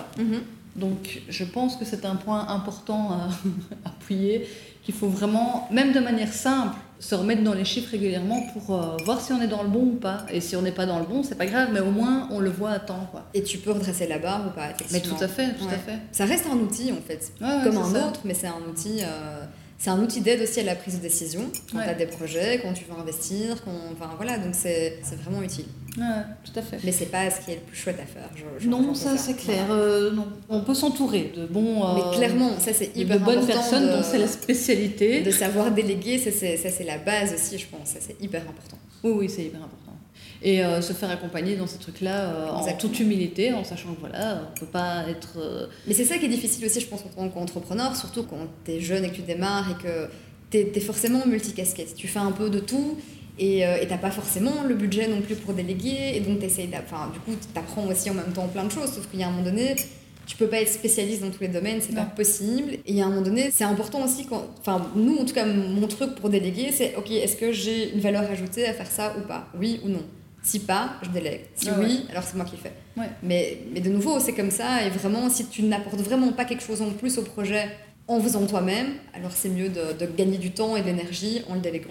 Donc, je pense que c'est un point important à appuyer, qu'il faut vraiment, même de manière simple, se remettre dans les chiffres régulièrement pour voir si on est dans le bon ou pas. Et si on n'est pas dans le bon, c'est pas grave, mais au moins, on le voit à temps, quoi. Et tu peux redresser la barre ou pas, effectivement. Mais tout à fait, tout à fait. Ça reste un outil, en fait, comme un autre, mais c'est un outil... C'est un outil d'aide aussi à la prise de décision quand tu as des projets, quand tu veux investir, donc c'est vraiment utile. Ouais, tout à fait. Mais c'est pas ce qui est le plus chouette à faire. Non, ça c'est clair. Non. On peut s'entourer de bons. Mais clairement, ça c'est hyper important. De bonnes personnes dont c'est la spécialité. De savoir déléguer, ça c'est la base aussi, je pense. Ça c'est hyper important. Oui, c'est hyper important. Et se faire accompagner dans ces trucs-là en toute humilité, en sachant que voilà, on peut pas être... Mais c'est ça qui est difficile aussi, je pense, en tant qu'entrepreneur, surtout quand t'es jeune et que tu démarres et que t'es forcément multicasquette. Tu fais un peu de tout et t'as pas forcément le budget non plus pour déléguer et donc du coup, t'apprends aussi en même temps plein de choses, sauf qu'il y a un moment donné... Tu peux pas être spécialiste dans tous les domaines, c'est pas possible. Et il y a un moment donné, c'est important aussi nous, en tout cas, mon truc pour déléguer, c'est ok, est-ce que j'ai une valeur ajoutée à faire ça ou pas? Oui ou non? Si pas, je délègue. Si oui, alors c'est moi qui le fais. Mais de nouveau, c'est comme ça. Et vraiment, si tu n'apportes vraiment pas quelque chose en plus au projet en faisant toi-même, alors c'est mieux de gagner du temps et de l'énergie en le déléguant.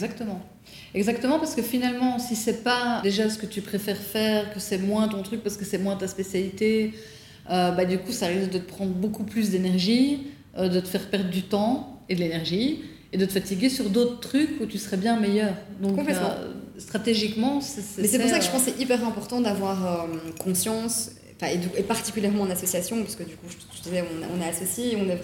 Exactement, parce que finalement, si c'est pas déjà ce que tu préfères faire, que c'est moins ton truc parce que c'est moins ta spécialité, du coup, ça risque de te prendre beaucoup plus d'énergie, de te faire perdre du temps et de l'énergie, et de te fatiguer sur d'autres trucs où tu serais bien meilleur. Donc, stratégiquement, Mais c'est pour ça que je pense que c'est hyper important d'avoir conscience, et particulièrement en association, parce que du coup, je te disais, on est associés, on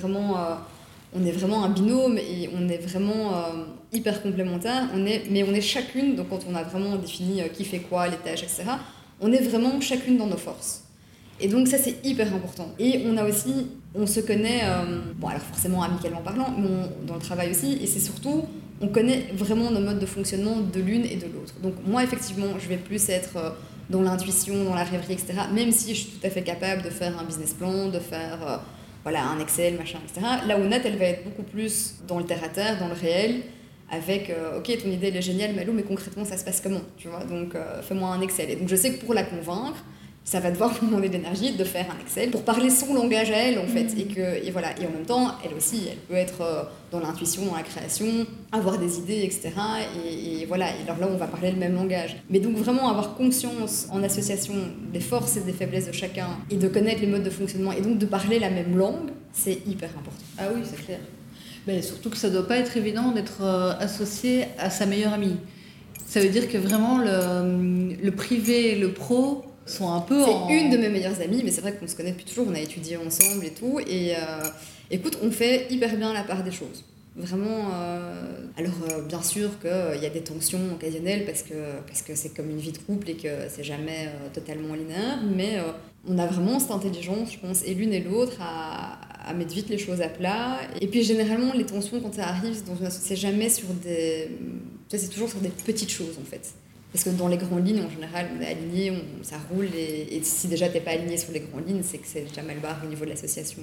est vraiment un binôme et on est vraiment hyper complémentaires. Mais on est chacune, donc quand on a vraiment défini qui fait quoi, les tâches, etc., on est vraiment chacune dans nos forces. Et donc ça c'est hyper important. Et on se connaît, alors forcément amicalement parlant, mais dans le travail aussi, et c'est surtout, on connaît vraiment nos modes de fonctionnement de l'une et de l'autre. Donc moi effectivement, je vais plus être dans l'intuition, dans la rêverie, etc. Même si je suis tout à fait capable de faire un business plan, de faire un Excel, machin, etc. Là où Nat, elle va être beaucoup plus dans le terre-à-terre, dans le réel, avec ok, ton idée elle est géniale, Malou, mais concrètement ça se passe comment, tu vois, donc fais-moi un Excel. Et donc je sais que pour la convaincre, ça va devoir lui demander de l'énergie de faire un Excel pour parler son langage à elle, en fait. Et voilà. Et en même temps, elle aussi, elle peut être dans l'intuition, dans la création, avoir des idées, etc. Et voilà. Et alors là, on va parler le même langage. Mais donc, vraiment avoir conscience en association des forces et des faiblesses de chacun et de connaître les modes de fonctionnement et donc de parler la même langue, c'est hyper important. Ah oui, c'est clair. Mais surtout que ça doit pas être évident d'être associé à sa meilleure amie. Ça veut dire que vraiment, le privé et le pro sont un peu C'est une de mes meilleures amies, mais c'est vrai qu'on se connaît depuis toujours, on a étudié ensemble et tout, et écoute, on fait hyper bien la part des choses. Vraiment, alors bien sûr qu'il y a des tensions occasionnelles parce que c'est comme une vie de couple et que c'est jamais totalement linéaire, mais on a vraiment cette intelligence, je pense, et l'une et l'autre à mettre vite les choses à plat. Et puis généralement, les tensions, quand ça arrive dans une association, c'est jamais sur des... C'est toujours sur des petites choses en fait. Parce que dans les grandes lignes, en général, on est aligné, ça roule, et si déjà t'es pas aligné sur les grandes lignes, c'est que c'est déjà mal barre au niveau de l'association.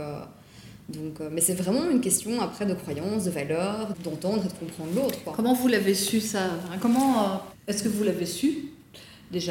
Mais c'est vraiment une question après de croyance, de valeur, d'entendre et de comprendre l'autre, quoi. Comment vous l'avez su ça ? Comment est-ce que vous l'avez su déjà ?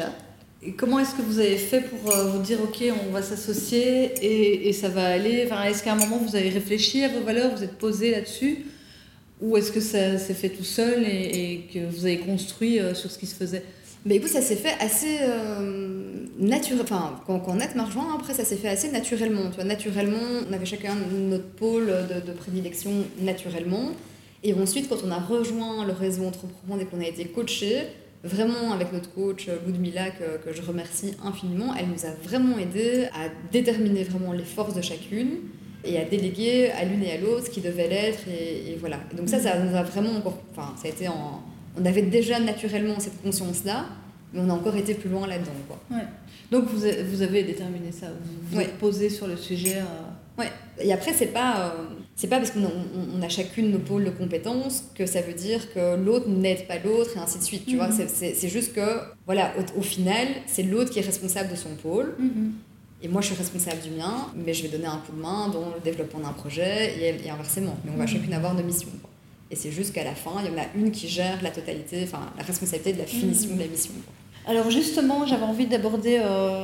Et comment est-ce que vous avez fait pour vous dire ok, on va s'associer et ça va aller ? Enfin, est-ce qu'à un moment vous avez réfléchi à vos valeurs, vous êtes posé là-dessus ? Ou est-ce que ça s'est fait tout seul et que vous avez construit sur ce qui se faisait ? Mais écoute, ça s'est fait assez naturellement. Enfin, quand Nat m'a rejoint, après, ça s'est fait assez naturellement. Tu vois, naturellement, on avait chacun notre pôle de prédilection naturellement. Et ensuite, quand on a rejoint le réseau Entreprendre et qu'on a été coachés, vraiment avec notre coach Ludmila, que je remercie infiniment, elle nous a vraiment aidés à déterminer vraiment les forces de chacune et à déléguer à l'une et à l'autre ce qui devait l'être, et voilà. Et donc ça nous a vraiment encore... Enfin, ça a été on avait déjà naturellement cette conscience-là, mais on a encore été plus loin là-dedans, quoi. Ouais. Donc vous avez déterminé ça, vous êtes posé sur le sujet. Ouais. Et après, c'est pas parce qu'on a chacune nos pôles de compétences que ça veut dire que l'autre n'aide pas l'autre, et ainsi de suite, tu vois. C'est juste que, voilà, au final, c'est l'autre qui est responsable de son pôle. Et moi, je suis responsable du mien, mais je vais donner un coup de main dans le développement d'un projet et inversement. Mais on va chacune avoir nos missions, quoi. Et c'est juste qu'à la fin, il y en a une qui gère la totalité, enfin la responsabilité de la finition de la mission, quoi. Alors justement, j'avais envie d'aborder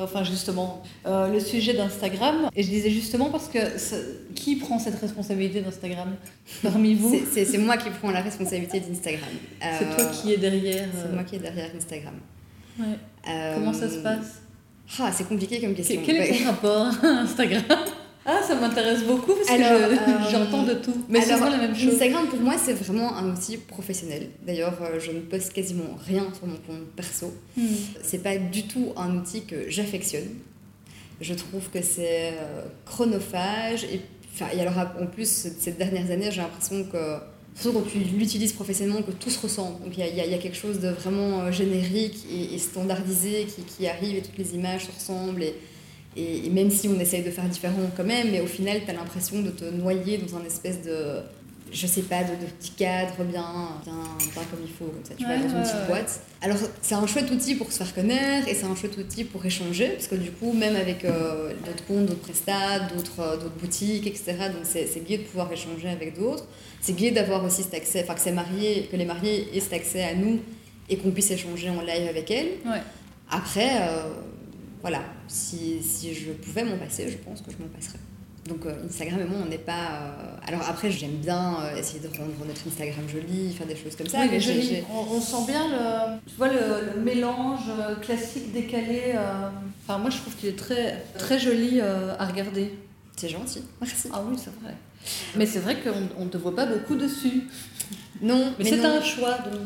le sujet d'Instagram. Et je disais justement parce que qui prend cette responsabilité d'Instagram parmi vous ? C'est moi qui prends la responsabilité d'Instagram. C'est toi qui es derrière. C'est moi qui est derrière Instagram. Ouais. Comment ça se passe ? C'est compliqué comme question. Quel est ton rapport à Instagram ? Ah, ça m'intéresse beaucoup parce que j'entends de tout. Mais c'est vraiment la même chose. Instagram, pour moi, c'est vraiment un outil professionnel. D'ailleurs, je ne poste quasiment rien sur mon compte perso. C'est pas du tout un outil que j'affectionne. Je trouve que c'est chronophage. Et alors, en plus, ces dernières années, j'ai l'impression que, surtout quand tu l'utilises professionnellement, que tout se ressemble. Donc, il y a quelque chose de vraiment générique et standardisé qui arrive, et toutes les images se ressemblent. Et même si on essaye de faire différent quand même, mais au final, tu as l'impression de te noyer dans un espèce de, je sais pas, de petit cadre bien comme il faut, comme ça, tu vois, dans une petite boîte. Alors, c'est un chouette outil pour se faire connaître, et c'est un chouette outil pour échanger, parce que du coup, même avec d'autres comptes, d'autres prestats, d'autres boutiques, etc., donc c'est gai de pouvoir échanger avec d'autres. C'est gai d'avoir aussi cet accès, enfin que les mariés aient cet accès à nous, et qu'on puisse échanger en live avec elles. Ouais. Après... voilà, si je pouvais m'en passer, je pense que je m'en passerais. Donc Instagram et moi, on n'est pas... Alors après, j'aime bien essayer de rendre notre Instagram joli, faire des choses comme ça. Oui, mais joli. On sent bien le mélange classique, décalé. Enfin, moi, je trouve qu'il est très, très joli à regarder. C'est gentil, merci. Ah oui, c'est vrai. Mais c'est vrai qu'on ne te voit pas beaucoup dessus. Non, mais c'est un choix, donc.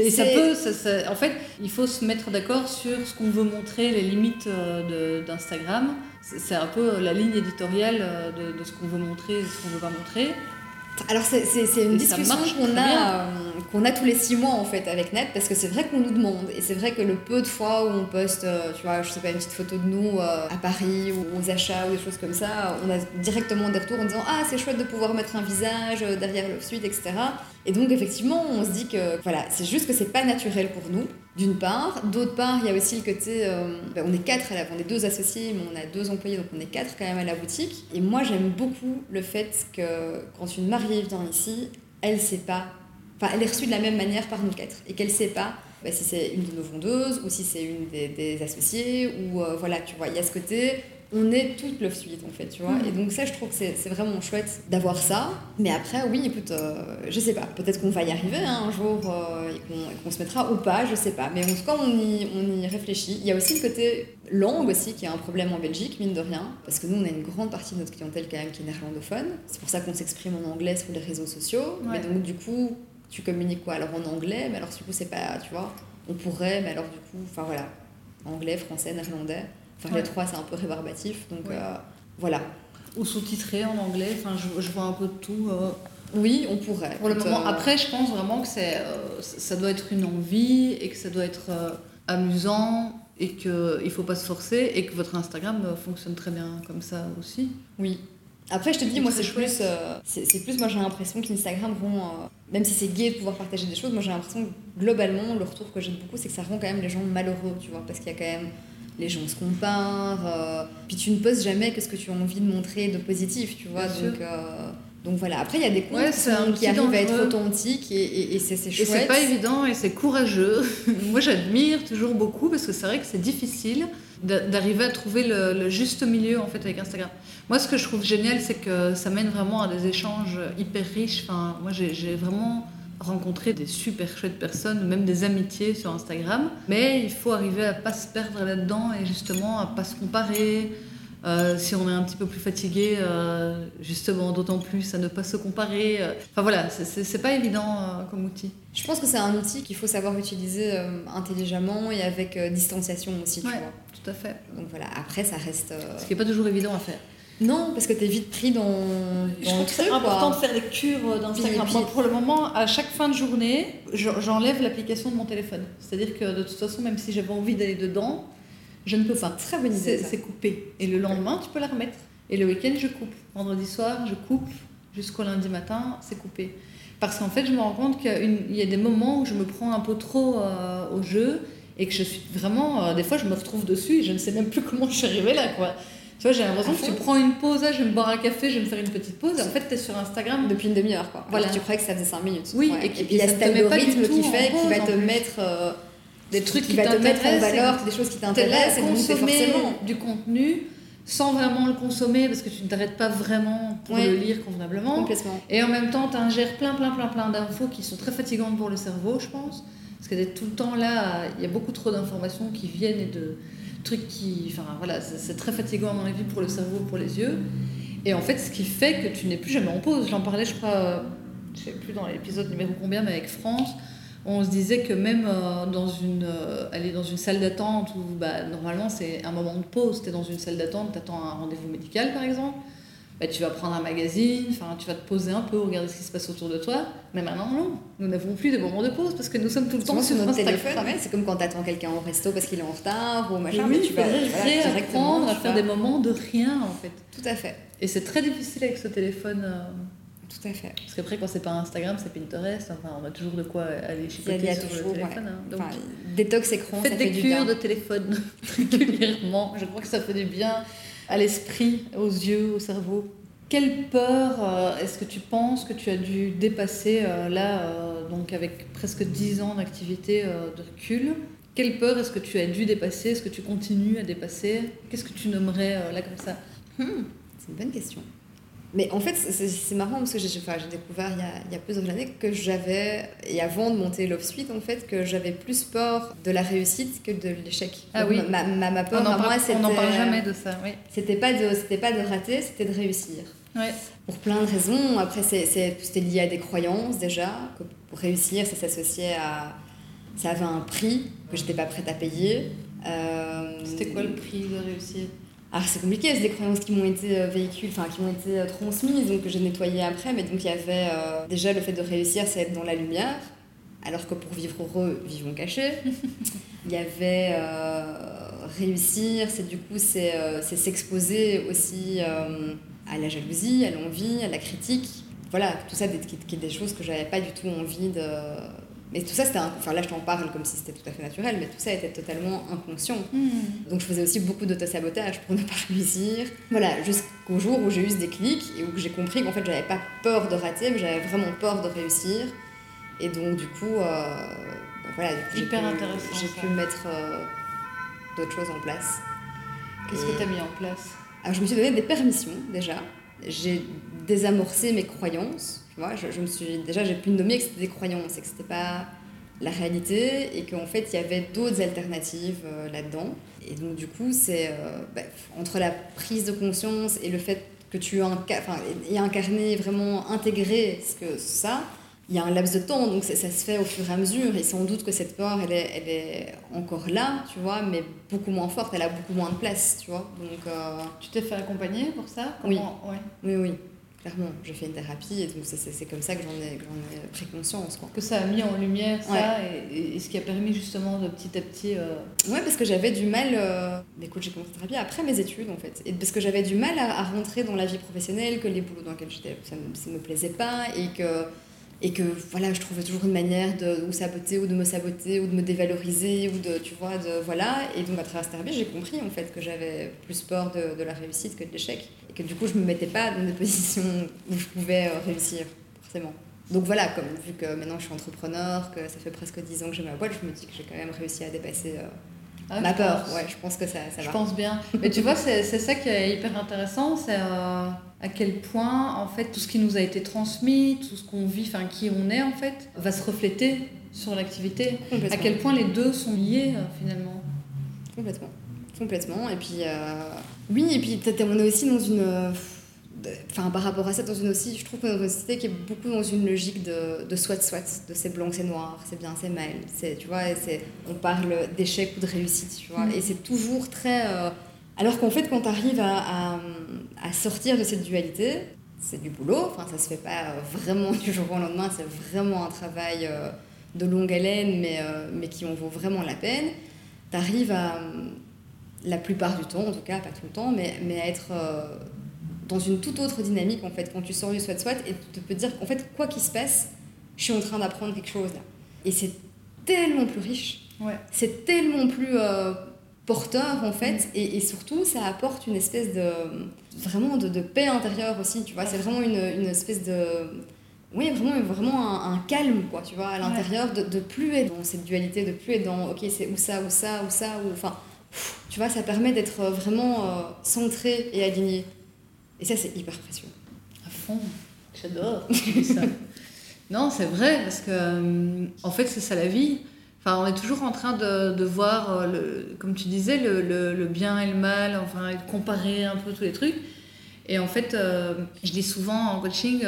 En fait, il faut se mettre d'accord sur ce qu'on veut montrer, les limites d'Instagram. C'est un peu la ligne éditoriale de ce qu'on veut montrer et ce qu'on ne veut pas montrer. Alors c'est une discussion qu'on a tous les 6 mois en fait avec Nat, parce que c'est vrai qu'on nous demande, et c'est vrai que le peu de fois où on poste, tu vois, je sais pas, une petite photo de nous à Paris ou aux achats ou des choses comme ça, on a directement des retours en disant c'est chouette de pouvoir mettre un visage derrière le suite, etc. Et donc effectivement on se dit que voilà, c'est juste que c'est pas naturel pour nous, d'une part. D'autre part, il y a aussi le côté, on est 4 on est 2 associés, mais on a 2 employés, donc on est 4 quand même à la boutique. Et moi j'aime beaucoup le fait que quand une mariée vient ici, elle est reçue de la même manière par nous 4, et qu'elle sait pas si c'est une de nos vendeuses ou si c'est une des associées ou voilà, tu vois, il y a ce côté, on est toute Love Suite en fait, tu vois. Et donc ça, je trouve que c'est vraiment chouette d'avoir ça. Mais après, oui, écoute, je sais pas, peut-être qu'on va y arriver un jour et qu'on se mettra ou pas, je sais pas. Mais en tout cas, on y réfléchit. Il y a aussi le côté langue aussi qui est un problème en Belgique, mine de rien, parce que nous, on a une grande partie de notre clientèle quand même qui est néerlandophone. C'est pour ça qu'on s'exprime en anglais sur les réseaux sociaux. Ouais. Mais donc du coup, tu communiques quoi? Alors en anglais, mais alors du coup, c'est pas, tu vois, on pourrait, mais alors du coup, enfin voilà, anglais, français, néerlandais. Enfin, les trois, c'est un peu rébarbatif, donc voilà. Ou sous-titré en anglais, enfin, je vois un peu de tout. Oui, on pourrait. Pour le moment. Après, je pense vraiment que ça doit être une envie et que ça doit être amusant et qu'il ne faut pas se forcer et que votre Instagram fonctionne très bien comme ça aussi. Oui. Après, je te dis, moi, c'est plus, moi, j'ai l'impression qu'Instagram rend, même si c'est gai de pouvoir partager des choses, moi, j'ai l'impression que globalement, le retour que j'ai beaucoup, c'est que ça rend quand même les gens malheureux, tu vois, parce qu'il y a quand même. Les gens se comparent, puis tu ne postes jamais que ce que tu as envie de montrer de positif, tu vois. Donc voilà. Après, il y a des comptes qui arrivent à être authentiques et c'est chouette. Et c'est pas évident et c'est courageux. Moi, j'admire toujours beaucoup parce que c'est vrai que c'est difficile d'arriver à trouver le juste milieu en fait avec Instagram. Moi, ce que je trouve génial, c'est que ça mène vraiment à des échanges hyper riches. Enfin, moi, j'ai vraiment rencontrer des super chouettes personnes, même des amitiés sur Instagram. Mais il faut arriver à pas se perdre là-dedans et justement à pas se comparer. Si on est un petit peu plus fatigué, justement d'autant plus à ne pas se comparer. Enfin voilà, c'est pas évident comme outil. Je pense que c'est un outil qu'il faut savoir utiliser intelligemment et avec distanciation aussi, tu vois. Tout à fait. Donc voilà, après ça reste... Ce qui n'est pas toujours évident à faire. Non, parce que t'es vite pris dans le truc. C'est important de faire des cures d'Instagram. Moi, pour le moment, à chaque fin de journée, j'enlève l'application de mon téléphone. C'est-à-dire que de toute façon, même si j'avais envie d'aller dedans, je ne peux pas. Très bonne idée. C'est coupé. Et le lendemain, tu peux la remettre. Et le week-end, je coupe. Vendredi soir, je coupe. Jusqu'au lundi matin, c'est coupé. Parce qu'en fait, je me rends compte qu'il y a des moments où je me prends un peu trop au jeu et que je suis vraiment... des fois, je me retrouve dessus et je ne sais même plus comment je suis arrivée là, quoi. Tu vois, j'ai l'impression que tu prends une pause, je vais me boire un café, je vais me faire une petite pause, et en fait, tu es sur Instagram. Depuis une demi-heure, quoi. Voilà. Alors, tu croyais que ça faisait 5 minutes. Oui, ouais. Et puis il y a cet algorithme qui va te mettre des trucs qui va te mettre en valeur, des choses qui t'intéressent, et donc c'est forcément du contenu sans vraiment le consommer, parce que tu ne t'arrêtes pas vraiment pour le lire convenablement. Complètement. Et en même temps, tu ingères plein d'infos qui sont très fatigantes pour le cerveau, je pense. Parce que d'être tout le temps là, il y a beaucoup trop d'informations qui viennent et de trucs qui... Enfin voilà, c'est très fatigant à mon avis pour le cerveau, pour les yeux. Et en fait, ce qui fait que tu n'es plus jamais en pause. J'en parlais, je crois, je ne sais plus dans l'épisode numéro combien, mais avec France, on se disait que même aller dans une salle d'attente où normalement c'est un moment de pause, tu es dans une salle d'attente, tu attends un rendez-vous médical par exemple, tu vas prendre un magazine, tu vas te poser un peu, regarder ce qui se passe autour de toi. Mais maintenant, non, nous n'avons plus de moments de pause parce que nous sommes tout le temps sur notre téléphone. C'est comme quand tu attends quelqu'un au resto parce qu'il est en retard ou machin. Oui, mais tu vas réapprendre à faire des moments de rien en fait. Tout à fait. Et c'est très difficile avec ce téléphone. Tout à fait. Parce qu'après, quand c'est pas Instagram, c'est Pinterest. Enfin, on a toujours de quoi aller chipoter sur le téléphone. Donc, détox écran, faites des cures de téléphone régulièrement. Je crois que ça fait du bien à l'esprit, aux yeux, au cerveau. Quelle peur est-ce que tu penses que tu as dû dépasser donc avec presque 10 ans d'activité de recul? Quelle peur est-ce que tu as dû dépasser? Est-ce que tu continues à dépasser? Qu'est-ce que tu nommerais là comme ça? C'est une bonne question. Mais en fait, c'est marrant parce que j'ai découvert il y a plusieurs années que j'avais, et avant de monter Love Suite, en fait, que j'avais plus peur de la réussite que de l'échec. Ah oui. Ma peur à moi, c'était... On n'en parle jamais de ça, oui. C'était pas de rater, c'était de réussir. Ouais. Pour plein de raisons. Après, c'était lié à des croyances déjà. Que pour réussir, ça s'associait à... Ça avait un prix que j'étais pas prête à payer. C'était quoi le prix de réussir? Alors c'est compliqué, c'est des croyances qui m'ont été véhiculées, qui m'ont été transmises, donc que j'ai nettoyées après, mais donc il y avait déjà le fait de réussir, c'est être dans la lumière, alors que pour vivre heureux, vivons cachés. Il y avait réussir, c'est s'exposer aussi à la jalousie, à l'envie, à la critique. Voilà, tout ça qui est des choses que j'avais pas du tout envie de... Mais tout ça, là je t'en parle comme si c'était tout à fait naturel, mais tout ça était totalement inconscient. Donc je faisais aussi beaucoup d'autosabotage pour ne pas réussir. Voilà, jusqu'au jour où j'ai eu ce déclic et où j'ai compris qu'en fait j'avais pas peur de rater, mais j'avais vraiment peur de réussir. Et donc du coup, voilà, du coup, Hyper intéressant, j'ai ça. pu mettre d'autres choses en place. Qu'est-ce que tu as mis en place? Alors, je me suis donné des permissions, déjà. J'ai désamorcé mes croyances. Tu vois, j'ai pu nommer que c'était des croyances et que c'était pas la réalité et qu'en fait, il y avait d'autres alternatives là-dedans. Et donc, du coup, c'est entre la prise de conscience et le fait que tu aies incarné, vraiment intégré ça, il y a un laps de temps, donc ça se fait au fur et à mesure, et sans doute que cette peur, elle est encore là, tu vois, mais beaucoup moins forte, elle a beaucoup moins de place, tu vois. Donc, tu t'es fait accompagner pour ça? Comment... Oui, clairement, j'ai fait une thérapie, et donc c'est comme ça que j'en ai pris conscience, quoi. Que ça a mis en lumière ça, et ce qui a permis justement de petit à petit... Ouais, parce que j'avais du mal... Écoute, j'ai commencé la thérapie après mes études, en fait, et parce que j'avais du mal à rentrer dans la vie professionnelle, que les boulots dans lesquels j'étais, ça me plaisait pas, et que voilà, je trouvais toujours une manière de ou saboter ou de me saboter ou de me dévaloriser ou de, tu vois, voilà. Et donc à travers cette thérapie, j'ai compris en fait que j'avais plus peur de la réussite que de l'échec et que du coup je me mettais pas dans des positions où je pouvais réussir forcément. Donc voilà, comme vu que maintenant je suis entrepreneur, que ça fait presque 10 ans que j'ai ma boîte, je me dis que j'ai quand même réussi à dépasser ma peur. Ouais, je pense que ça va. Je pense bien. Mais tu vois, c'est ça qui est hyper intéressant, c'est à quel point, en fait, tout ce qui nous a été transmis, tout ce qu'on vit, enfin, qui on est, en fait, va se refléter sur l'activité. À quel point les deux sont liés, finalement. Complètement. Et puis, oui, et puis on est aussi dans une... Enfin, par rapport à ça, je trouve qu'on est dans une société qui est beaucoup dans une logique de soit, de c'est blanc, c'est noir, c'est bien, c'est mal. Tu vois, on parle d'échec ou de réussite, tu vois. Et c'est toujours très... Alors qu'en fait, quand tu arrives à sortir de cette dualité, c'est du boulot. Enfin, ça se fait pas vraiment du jour au lendemain. C'est vraiment un travail de longue haleine, mais qui en vaut vraiment la peine. Tu arrives à, la plupart du temps, en tout cas, pas tout le temps, mais à être... dans une toute autre dynamique en fait quand tu sors du soit et tu peux te dire qu'en fait quoi qu'il se passe je suis en train d'apprendre quelque chose là et c'est tellement plus riche, c'est tellement plus porteur en fait et surtout ça apporte une espèce de vraiment de paix intérieure aussi, tu vois, c'est vraiment une espèce de vraiment un calme quoi, tu vois, à l'intérieur de plus être dans cette dualité, de plus être dans ok c'est ou ça ou enfin tu vois, ça permet d'être vraiment centré et aligné. Et ça, c'est hyper précieux. À fond, j'adore ça. Non, c'est vrai, parce que en fait, c'est ça la vie. Enfin, on est toujours en train de voir, comme tu disais, le bien et le mal, enfin, de comparer un peu tous les trucs. Et en fait, je dis souvent en coaching,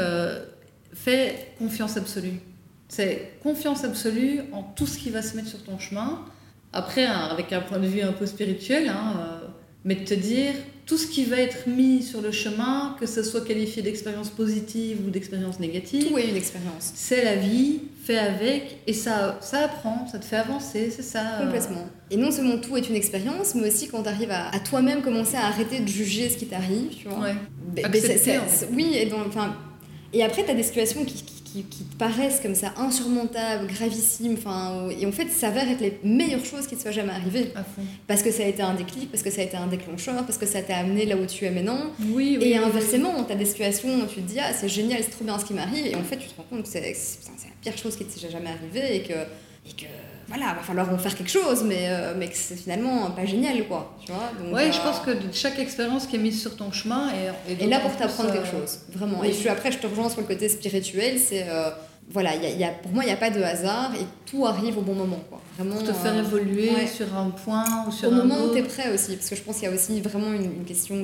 fais confiance absolue. C'est confiance absolue en tout ce qui va se mettre sur ton chemin. Après, avec un point de vue un peu spirituel, mais de te dire tout ce qui va être mis sur le chemin, que ce soit qualifié d'expérience positive ou d'expérience négative, tout est une expérience. C'est la vie, fais avec, et ça apprend, ça te fait avancer, c'est ça. Complètement. Et non seulement tout est une expérience, mais aussi quand tu arrives à toi-même commencer à arrêter de juger ce qui t'arrive, tu vois. Accepter, en fait. Oui, et après tu as des situations qui te paraissent comme ça insurmontables, gravissimes, et en fait ça s'avère être les meilleures choses qui te soient jamais arrivées. À fond. Parce que ça a été un déclic, parce que ça a été un déclencheur, parce que ça t'a amené là où tu es maintenant. Oui, inversement, tu as des situations où tu te dis c'est génial, c'est trop bien ce qui m'arrive, et en fait tu te rends compte que c'est la pire chose qui t'est jamais arrivée et que voilà, va falloir en faire quelque chose, mais que c'est finalement pas génial, quoi. Tu vois, donc, je pense que chaque expérience qui est mise sur ton chemin est là pour t'apprendre quelque chose, vraiment. Oui. Et après, je te rejoins sur le côté spirituel, c'est... voilà, pour moi, il n'y a pas de hasard et tout arrive au bon moment, quoi. Vraiment, pour te faire évoluer sur un point ou sur un autre. Au moment où tu es prêt aussi, parce que je pense qu'il y a aussi vraiment une question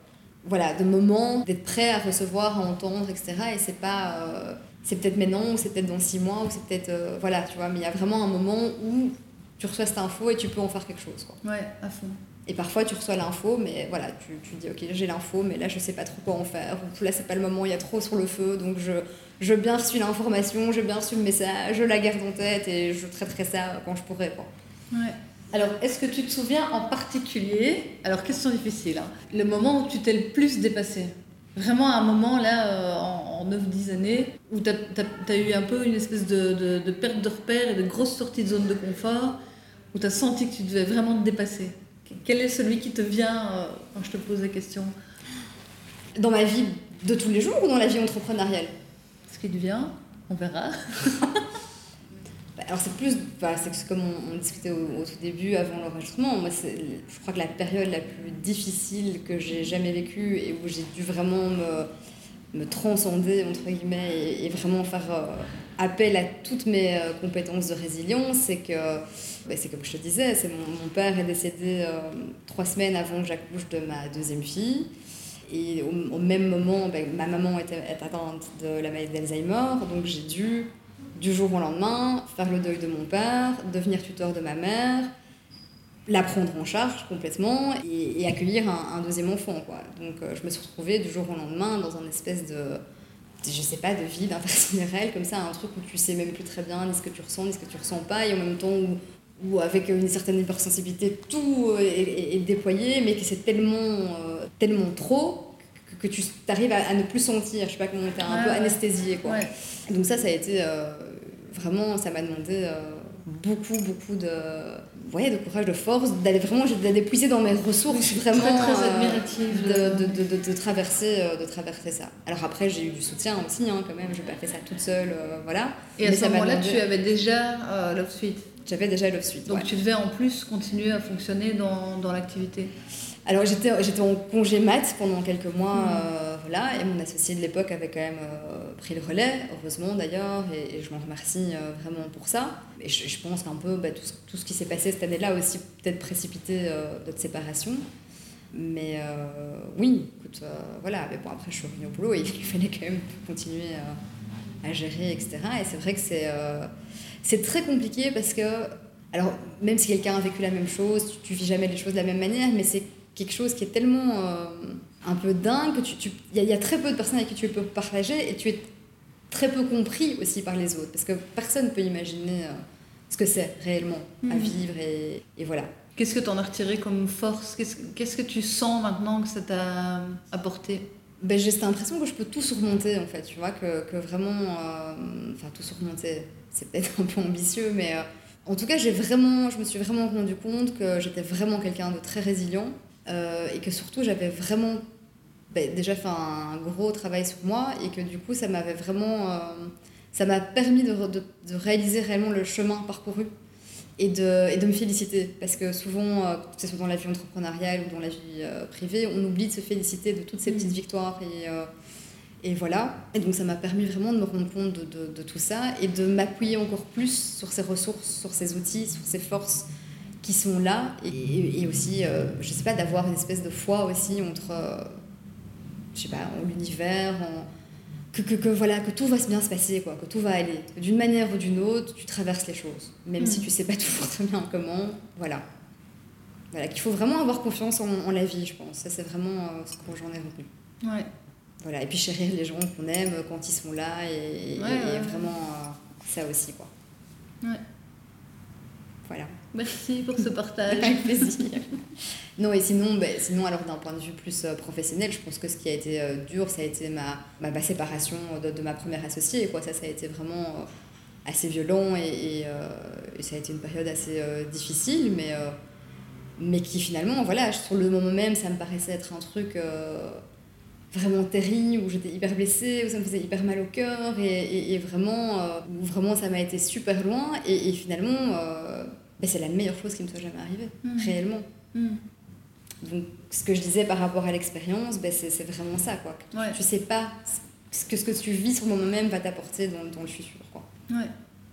de moment, d'être prêt à recevoir, à entendre, etc. Et c'est pas... c'est peut-être maintenant, ou c'est peut-être dans 6 mois, ou c'est peut-être... voilà, tu vois, mais il y a vraiment un moment où tu reçois cette info et tu peux en faire quelque chose, quoi. Ouais, à fond. Et parfois, tu reçois l'info, mais voilà, tu dis, ok, j'ai l'info, mais là, je sais pas trop quoi en faire. Ou là, c'est pas le moment, il y a trop sur le feu, donc j'ai bien reçu l'information, j'ai bien reçu le message, je la garde en tête et je traiterai ça quand je pourrai, quoi. Ouais. Alors, est-ce que tu te souviens en particulier, alors question difficile, le moment où tu t'es le plus dépassé ? Vraiment un moment là, en 9-10 années, où t'as eu un peu une espèce de perte de repère et de grosse sortie de zone de confort, où t'as senti que tu devais vraiment te dépasser. Quel est celui qui te vient quand je te pose la question ? Dans ma vie de tous les jours ou dans la vie entrepreneuriale ? Ce qui te vient, on verra. Alors c'est plus, c'est comme on discutait au tout début, avant l'enregistrement, moi je crois que la période la plus difficile que j'ai jamais vécue et où j'ai dû vraiment me transcender, entre guillemets, et vraiment faire appel à toutes mes compétences de résilience, c'est que, c'est comme je te disais, mon père est décédé 3 semaines avant que j'accouche de ma deuxième fille. Et au même moment, ma maman est atteinte de la maladie d'Alzheimer, donc j'ai dû, du jour au lendemain, faire le deuil de mon père, devenir tuteur de ma mère, la prendre en charge complètement et accueillir un deuxième enfant, quoi. Donc je me suis retrouvée du jour au lendemain dans un espèce de je sais pas, de vide intersidéral, comme ça, un truc où tu sais même plus très bien ni ce que tu ressens, ni ce que tu ressens pas, et en même temps où avec une certaine hypersensibilité, tout est déployé, mais que c'est tellement trop que tu arrives à ne plus sentir, je sais pas comment, t'es un peu anesthésié, quoi. Ouais. Donc ça a été vraiment, ça m'a demandé beaucoup de courage, de force, d'aller puiser dans mes ressources, vraiment très admirative de traverser ça. Alors après, j'ai eu du soutien aussi, quand même, j'ai pas fait ça toute seule, voilà. Et à ce moment-là, tu avais déjà Love Suite. J'avais déjà Love Suite. Donc tu devais en plus continuer à fonctionner dans l'activité. Alors j'étais en congé mat pendant quelques mois, voilà, et mon associé de l'époque avait quand même pris le relais, heureusement d'ailleurs, et je m'en remercie vraiment pour ça. Et je pense qu'un peu tout ce qui s'est passé cette année-là a aussi peut-être précipité notre séparation. Mais oui, écoute, voilà, mais bon, après je suis revenue au boulot et il fallait quand même continuer à gérer, etc. Et c'est vrai que c'est très compliqué parce que, alors même si quelqu'un a vécu la même chose, tu vis jamais les choses de la même manière, mais c'est quelque chose qui est tellement un peu dingue que il y a très peu de personnes avec qui tu peux partager et tu es très peu compris aussi par les autres parce que personne ne peut imaginer ce que c'est réellement à vivre et voilà. Qu'est-ce que tu en as retiré comme force ? Qu'est-ce que tu sens maintenant que ça t'a apporté ? J'ai cette impression que je peux tout surmonter en fait, tu vois, que vraiment, tout surmonter, c'est peut-être un peu ambitieux, mais en tout cas je me suis vraiment rendu compte que j'étais vraiment quelqu'un de très résilient et que surtout j'avais vraiment déjà fait un gros travail sur moi et que du coup ça m'avait vraiment, ça m'a permis de réaliser réellement le chemin parcouru. Et de me féliciter, parce que souvent, que ce soit dans la vie entrepreneuriale ou dans la vie privée, on oublie de se féliciter de toutes ces petites victoires et voilà. Et donc ça m'a permis vraiment de me rendre compte de tout ça et de m'appuyer encore plus sur ces ressources, sur ces outils, sur ces forces qui sont là et aussi, je sais pas, d'avoir une espèce de foi aussi entre, je sais pas, en l'univers, que tout va bien se passer, quoi, que tout va aller. D'une manière ou d'une autre, tu traverses les choses. Même si tu sais pas toujours très bien comment, voilà. Voilà, qu'il faut vraiment avoir confiance en la vie, je pense. Ça, c'est vraiment ce que j'en ai retenu. Ouais. Voilà, et puis chérir les gens qu'on aime quand ils sont là, et vraiment ça aussi, quoi. Ouais. Voilà. Merci pour ce partage. Avec plaisir. Non, et sinon, alors d'un point de vue plus professionnel, je pense que ce qui a été dur, ça a été ma séparation de ma première associée, quoi. Ça a été vraiment assez violent et ça a été une période assez difficile, mais qui finalement, voilà, sur le moment même, ça me paraissait être un truc vraiment terrible, où j'étais hyper blessée, où ça me faisait hyper mal au cœur, et vraiment, où vraiment ça m'a été super loin, et finalement... c'est la meilleure chose qui me soit jamais arrivée, réellement. Donc, ce que je disais par rapport à l'expérience, c'est vraiment ça, quoi. Tu sais pas ce que tu vis sur le moment même va t'apporter dans le futur, quoi. Ouais.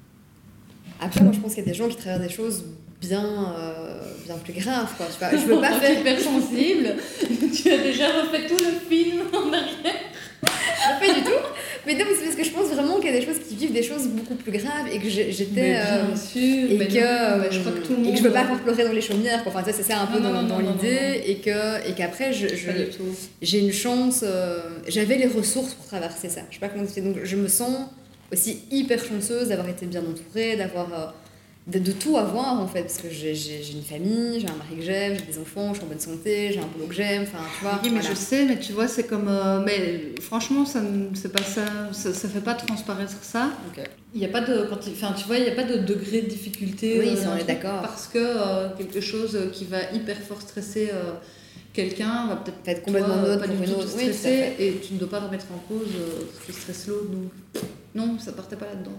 Après, moi, je pense qu'il y a des gens qui traversent des choses bien plus graves, quoi. Tu vois, je veux pas faire... hypersensible. Tu as déjà refait tout le film en arrière. Pas du tout. Mais non, c'est parce que je pense vraiment qu'il y a des choses qui vivent des choses beaucoup plus graves et que j'étais... bien sûr, et que je crois que tout le monde... Et que je veux pas faire pleurer dans les chaumières, quoi. Enfin, ça, c'est ça un peu dans l'idée. Et qu'après, j'ai une chance... j'avais les ressources pour traverser ça. Je sais pas comment dire. Donc, je me sens aussi hyper chanceuse d'avoir été bien entourée, d'avoir... de tout avoir, en fait, parce que j'ai une famille, j'ai un mari que j'aime, j'ai des enfants, je suis en bonne santé, j'ai un boulot que j'aime, enfin, tu vois. Oui, mais voilà. je sais, mais tu vois, c'est comme... mais franchement, c'est pas ça fait pas transparaître ça. Okay. Il y a pas de... tu vois, il n'y a pas de degré de difficulté. Oui, on est d'accord. Parce que quelque chose qui va hyper fort stresser quelqu'un va peut-être être complètement neutre pour une autre. Stresser, oui, et tu ne dois pas remettre en cause ce stress l'autre. Donc non, ça partait pas là-dedans.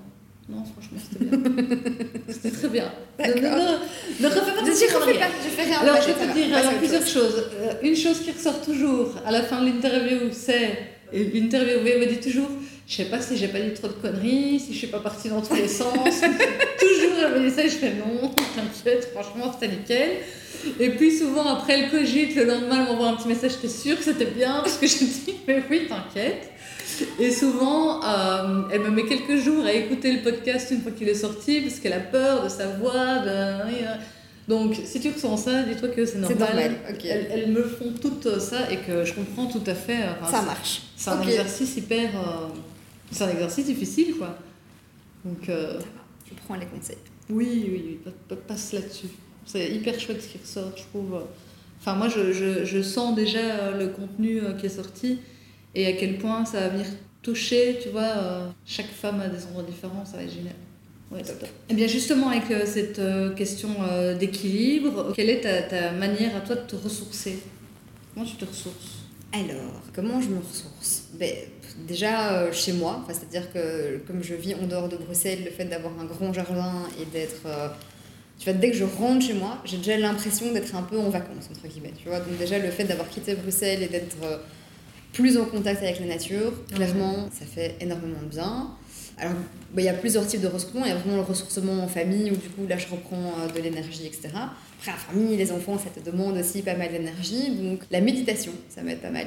Non, franchement, c'était bien. C'était très bien. Ne refais pas Je fais rien. Alors, je vais te dire plusieurs choses. Une chose qui ressort toujours à la fin de l'interview, c'est l'interviewé me dit toujours, je sais pas si j'ai pas dit trop de conneries, si je suis pas partie dans tous les sens. Toujours, elle me dit ça et je fais non, t'inquiète, franchement, c'était nickel. Et puis souvent, après le cogite, le lendemain, elle m'envoie un petit message, j'étais sûre que c'était bien, parce que je dis, mais oui, t'inquiète. Et souvent, elle me met quelques jours à écouter le podcast une fois qu'il est sorti, parce qu'elle a peur de sa voix. Donc, si tu ressens ça, dis-toi que c'est normal. C'est normal, ok. Elles me font tout ça et que je comprends tout à fait. Ça marche. C'est un exercice hyper... c'est un exercice difficile, quoi. Donc, ça va, je prends les conseils. Oui, passe là-dessus. C'est hyper chouette ce qui ressort, je trouve. Enfin, moi, je sens déjà le contenu qui est sorti. Et à quel point ça va venir toucher, tu vois, chaque femme à des endroits différents, ça va être génial. Ouais, top. Et bien justement, avec cette question d'équilibre, quelle est ta manière à toi de te ressourcer? Comment tu te ressources? Alors, comment je me ressource? Déjà chez moi, c'est-à-dire que comme je vis en dehors de Bruxelles, le fait d'avoir un grand jardin et d'être... tu vois, dès que je rentre chez moi, j'ai déjà l'impression d'être un peu en vacances, entre guillemets. Tu vois, donc déjà le fait d'avoir quitté Bruxelles et d'être... plus en contact avec la nature, clairement, ça fait énormément de bien. Alors, il y a plusieurs types de ressourcement. Il y a vraiment le ressourcement en famille, où du coup, là, je reprends de l'énergie, etc. Après, la famille, les enfants, ça te demande aussi pas mal d'énergie. Donc, la méditation, ça m'aide pas mal.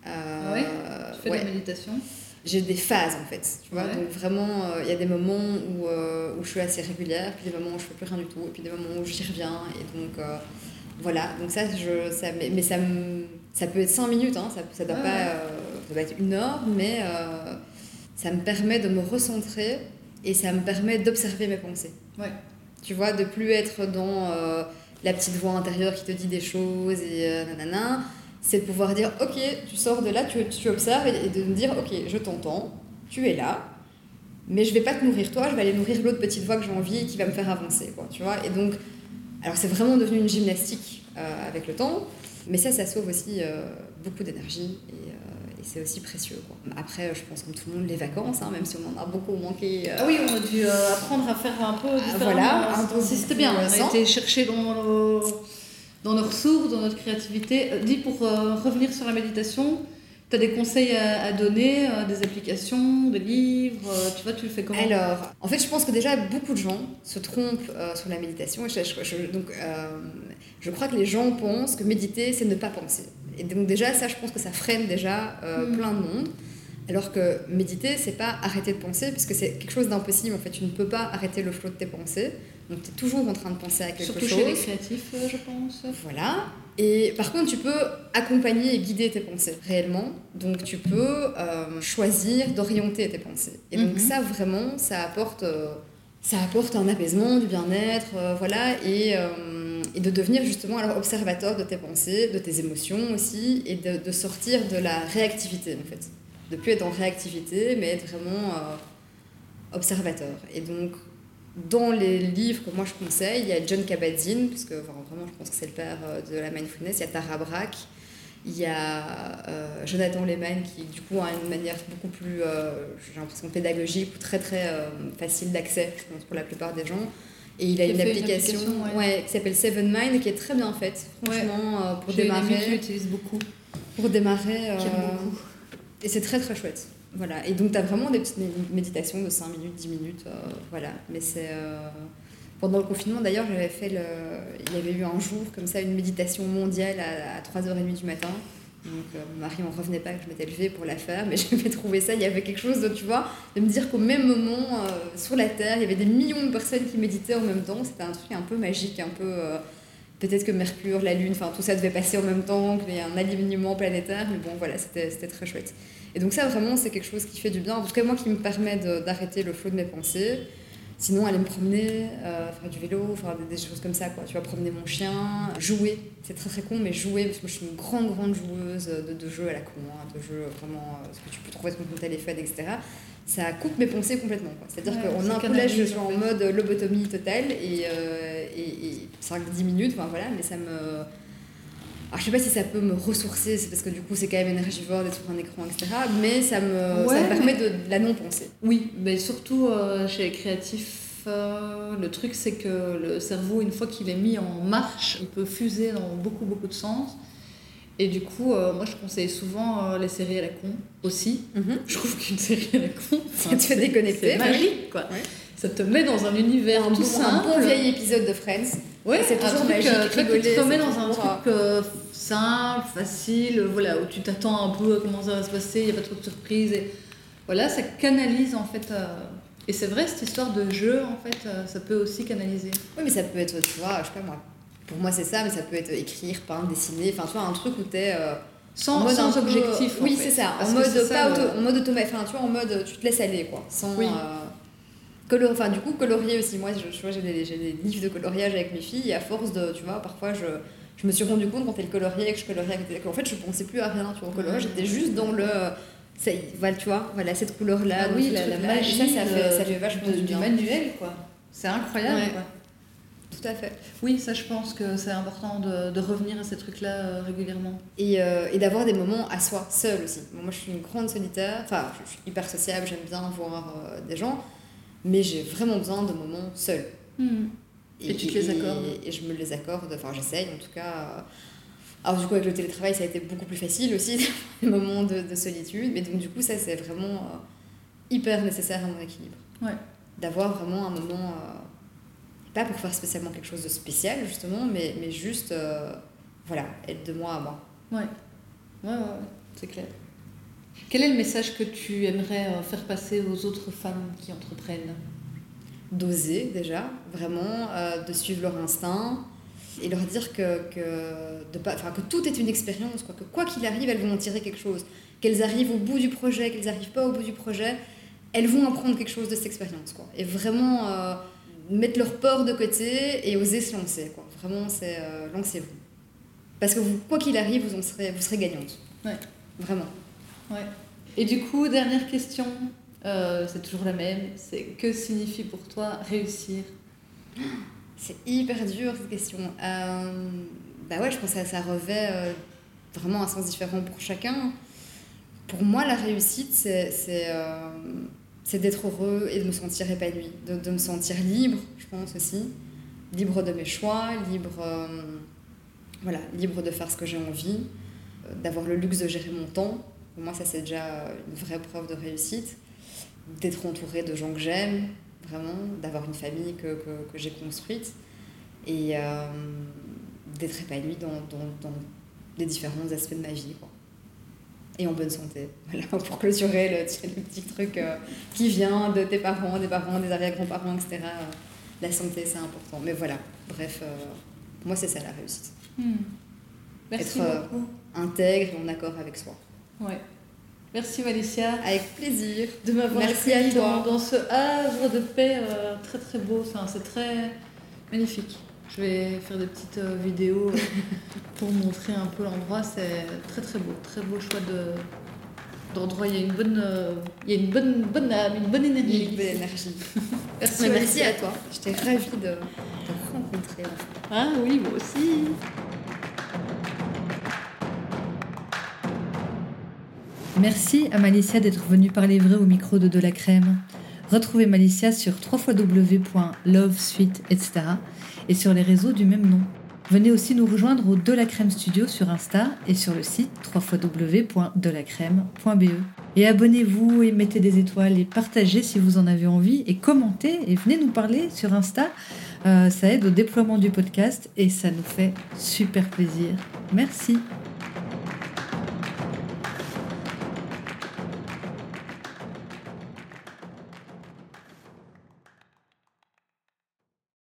Tu fais de la méditation? J'ai des phases, en fait. Tu vois, donc vraiment, il y a des moments où je suis assez régulière, puis des moments où je fais plus rien du tout, et puis des moments où j'y reviens. Et donc... voilà, donc ça peut être 5 minutes, hein, ça doit pas être 1 heure, mais ça me permet de me recentrer et ça me permet d'observer mes pensées. Ouais. Tu vois, de plus être dans la petite voix intérieure qui te dit des choses et nanana. C'est de pouvoir dire, ok, tu sors de là, tu observes et de me dire, ok, je t'entends, tu es là, mais je vais pas te nourrir toi, je vais aller nourrir l'autre petite voix que j'ai envie et qui va me faire avancer, quoi, tu vois. Et donc, alors c'est vraiment devenu une gymnastique avec le temps, mais ça sauve aussi beaucoup d'énergie et c'est aussi précieux, quoi. Après, je pense comme tout le monde, les vacances, hein, même si on en a beaucoup manqué. Oui, on a dû apprendre à faire un peu différemment. Voilà, un peu. C'était bien, on a été chercher dans nos ressources, dans notre créativité. Dis, pour revenir sur la méditation, tu as des conseils à donner, des applications, des livres, tu vois, tu le fais comment? Alors, en fait, je pense que déjà, beaucoup de gens se trompent sur la méditation. Je crois que les gens pensent que méditer, c'est ne pas penser. Et donc déjà, ça, je pense que ça freine déjà plein de monde. Alors que méditer, c'est pas arrêter de penser, puisque c'est quelque chose d'impossible. En fait, tu ne peux pas arrêter le flot de tes pensées. Donc, tu es toujours en train de penser à quelque chose. Surtout chez les créatifs, je pense. Voilà. Et par contre, tu peux accompagner et guider tes pensées réellement. Donc, tu peux choisir d'orienter tes pensées. Et donc, ça, vraiment, ça apporte un apaisement, du bien-être, voilà. Et de devenir justement alors, observateur de tes pensées, de tes émotions aussi, et de sortir de la réactivité, en fait. De plus être en réactivité, mais être vraiment observateur. Et donc, dans les livres que moi je conseille, il y a Jon Kabat-Zinn, parce que vraiment je pense que c'est le père de la mindfulness, il y a Tara Brach, il y a Jonathan Lehman qui du coup a une manière beaucoup plus, j'ai l'impression, pédagogique ou très très facile d'accès, je pense, pour la plupart des gens. Et il a une application qui s'appelle Seven Mind, qui est très bien faite, franchement, pour démarrer. Je l'utilise beaucoup. Pour démarrer. J'aime beaucoup. Et c'est très très chouette. Voilà. Et donc tu as vraiment des petites méditations de 5 minutes, 10 minutes. Voilà. Mais c'est. Pendant le confinement, d'ailleurs, il y avait eu un jour comme ça, une méditation mondiale à 3h30 du matin. Donc mon mari en revenait pas que je m'étais levée pour la faire, mais j'avais trouvé ça, il y avait quelque chose de, tu vois, de me dire qu'au même moment, sur la Terre, il y avait des millions de personnes qui méditaient en même temps. C'était un truc un peu magique, un peu... peut-être que Mercure, la Lune, enfin tout ça devait passer en même temps, qu'il y ait un alignement planétaire, mais bon voilà, c'était très chouette. Et donc ça vraiment c'est quelque chose qui fait du bien, en tout cas moi qui me permet d'arrêter le flot de mes pensées. Sinon aller me promener, faire du vélo, faire des choses comme ça, quoi. Tu vas promener mon chien, jouer, c'est très très con, mais jouer, parce que moi je suis une grande joueuse de jeux à la con, hein, de jeux vraiment, ce que tu peux trouver sur ton téléphone, etc. Ça coupe mes pensées complètement, quoi. C'est-à-dire qu'en un coup là je suis en mode lobotomie totale et 5-10 minutes, enfin voilà, mais ça me... Alors, je sais pas si ça peut me ressourcer, c'est parce que du coup c'est quand même énergivore d'être sur un écran, etc. Mais ça me permet de la non-pensée. Oui, mais surtout chez les créatifs, le truc c'est que le cerveau, une fois qu'il est mis en marche, il peut fuser dans beaucoup de sens. Et du coup, moi je conseille souvent les séries à la con aussi. Je trouve qu'une série à la con, ça te fait déconnecter. C'est magique, quoi. Ouais. Ça te met dans un univers tout simple. Un bon vieil épisode de Friends. Ouais, c'est toujours magique, rigoler. Tu te remets dans un truc simple, facile, voilà, où tu t'attends un peu à comment ça va se passer, il n'y a pas trop de surprises. Et voilà, ça canalise en fait. Et c'est vrai, cette histoire de jeu, en fait, ça peut aussi canaliser. Oui, mais ça peut être, tu vois, je sais pas moi. Pour moi, c'est ça, mais ça peut être écrire, peindre, dessiner, enfin, tu vois, un truc où t'es. Sans objectif. Oui, c'est ça. En mode automatique, enfin, tu vois, en mode tu te laisses aller, quoi. Sans. Oui. Enfin, du coup, colorier aussi. Moi, j'ai des livres de coloriage avec mes filles, et à force de, tu vois, parfois je me suis rendu compte quand elles coloriaient, que je coloriais en fait, je pensais plus à rien, tu vois, au coloriage, j'étais juste dans le. Voilà, tu vois, voilà, cette couleur-là. Oui, la magie. Ça fait vachement du manuel, quoi. C'est incroyable, quoi. Tout à fait. Oui, ça je pense que c'est important de revenir à ces trucs-là régulièrement. Et d'avoir des moments à soi, seul aussi. Moi je suis une grande solitaire, enfin je suis hyper sociable, j'aime bien voir des gens, mais j'ai vraiment besoin de moments seuls. Et tu te les accordes? Et je me les accorde, enfin j'essaye en tout cas. Alors du coup avec le télétravail ça a été beaucoup plus facile aussi, des moments de solitude, mais donc du coup ça c'est vraiment hyper nécessaire à mon équilibre. Ouais. D'avoir vraiment un moment... pas pour faire spécialement quelque chose de spécial justement, mais juste voilà, être de moi à moi. Ouais, c'est clair. Quel est le message que tu aimerais faire passer aux autres femmes qui entreprennent? D'oser déjà, vraiment, de suivre leur instinct et leur dire que tout est une expérience, que quoi qu'il arrive, elles vont en tirer quelque chose. Qu'elles arrivent au bout du projet, qu'elles n'arrivent pas au bout du projet, elles vont apprendre quelque chose de cette expérience, quoi. Et vraiment... mettre leur peur de côté et oser se lancer, quoi. Vraiment, c'est lancez-vous. Parce que vous, quoi qu'il arrive, vous serez gagnante. Ouais. Vraiment. Ouais. Et du coup, dernière question, c'est toujours la même, c'est que signifie pour toi réussir? C'est hyper dur cette question. Bah ouais, je pense que ça revêt vraiment un sens différent pour chacun. Pour moi, la réussite, c'est d'être heureux et de me sentir épanouie, de me sentir libre, je pense aussi. Libre de mes choix, libre de faire ce que j'ai envie, d'avoir le luxe de gérer mon temps. Pour moi, ça, c'est déjà une vraie preuve de réussite. D'être entourée de gens que j'aime, vraiment, d'avoir une famille que j'ai construite et d'être épanouie dans les différents aspects de ma vie, quoi. Et en bonne santé, voilà, pour clôturer le petit truc qui vient de tes parents, des arrière-grands-parents, etc. La santé, c'est important. Mais voilà, bref, pour moi, c'est ça la réussite. Merci être beaucoup. Intègre et en accord avec soi. Ouais. Merci Malicia. Avec plaisir. De m'avoir Merci à toi. dans ce havre de paix très très beau. Enfin, c'est très magnifique. Je vais faire des petites vidéos pour montrer un peu l'endroit. C'est très très beau choix d'endroit. Il y a une bonne âme, une bonne énergie. Une bonne énergie. Merci à toi. J'étais ravie de te rencontrer. Ah oui, moi aussi. Merci à Malicia d'être venue parler vrai au micro de la Crème. Retrouvez Malicia sur www.lovesuite, etc. et sur les réseaux du même nom. Venez aussi nous rejoindre au De la Crème Studio sur Insta et sur le site www.delacrème.be. Et abonnez-vous et mettez des étoiles et partagez si vous en avez envie et commentez et venez nous parler sur Insta. Ça aide au déploiement du podcast et ça nous fait super plaisir. Merci.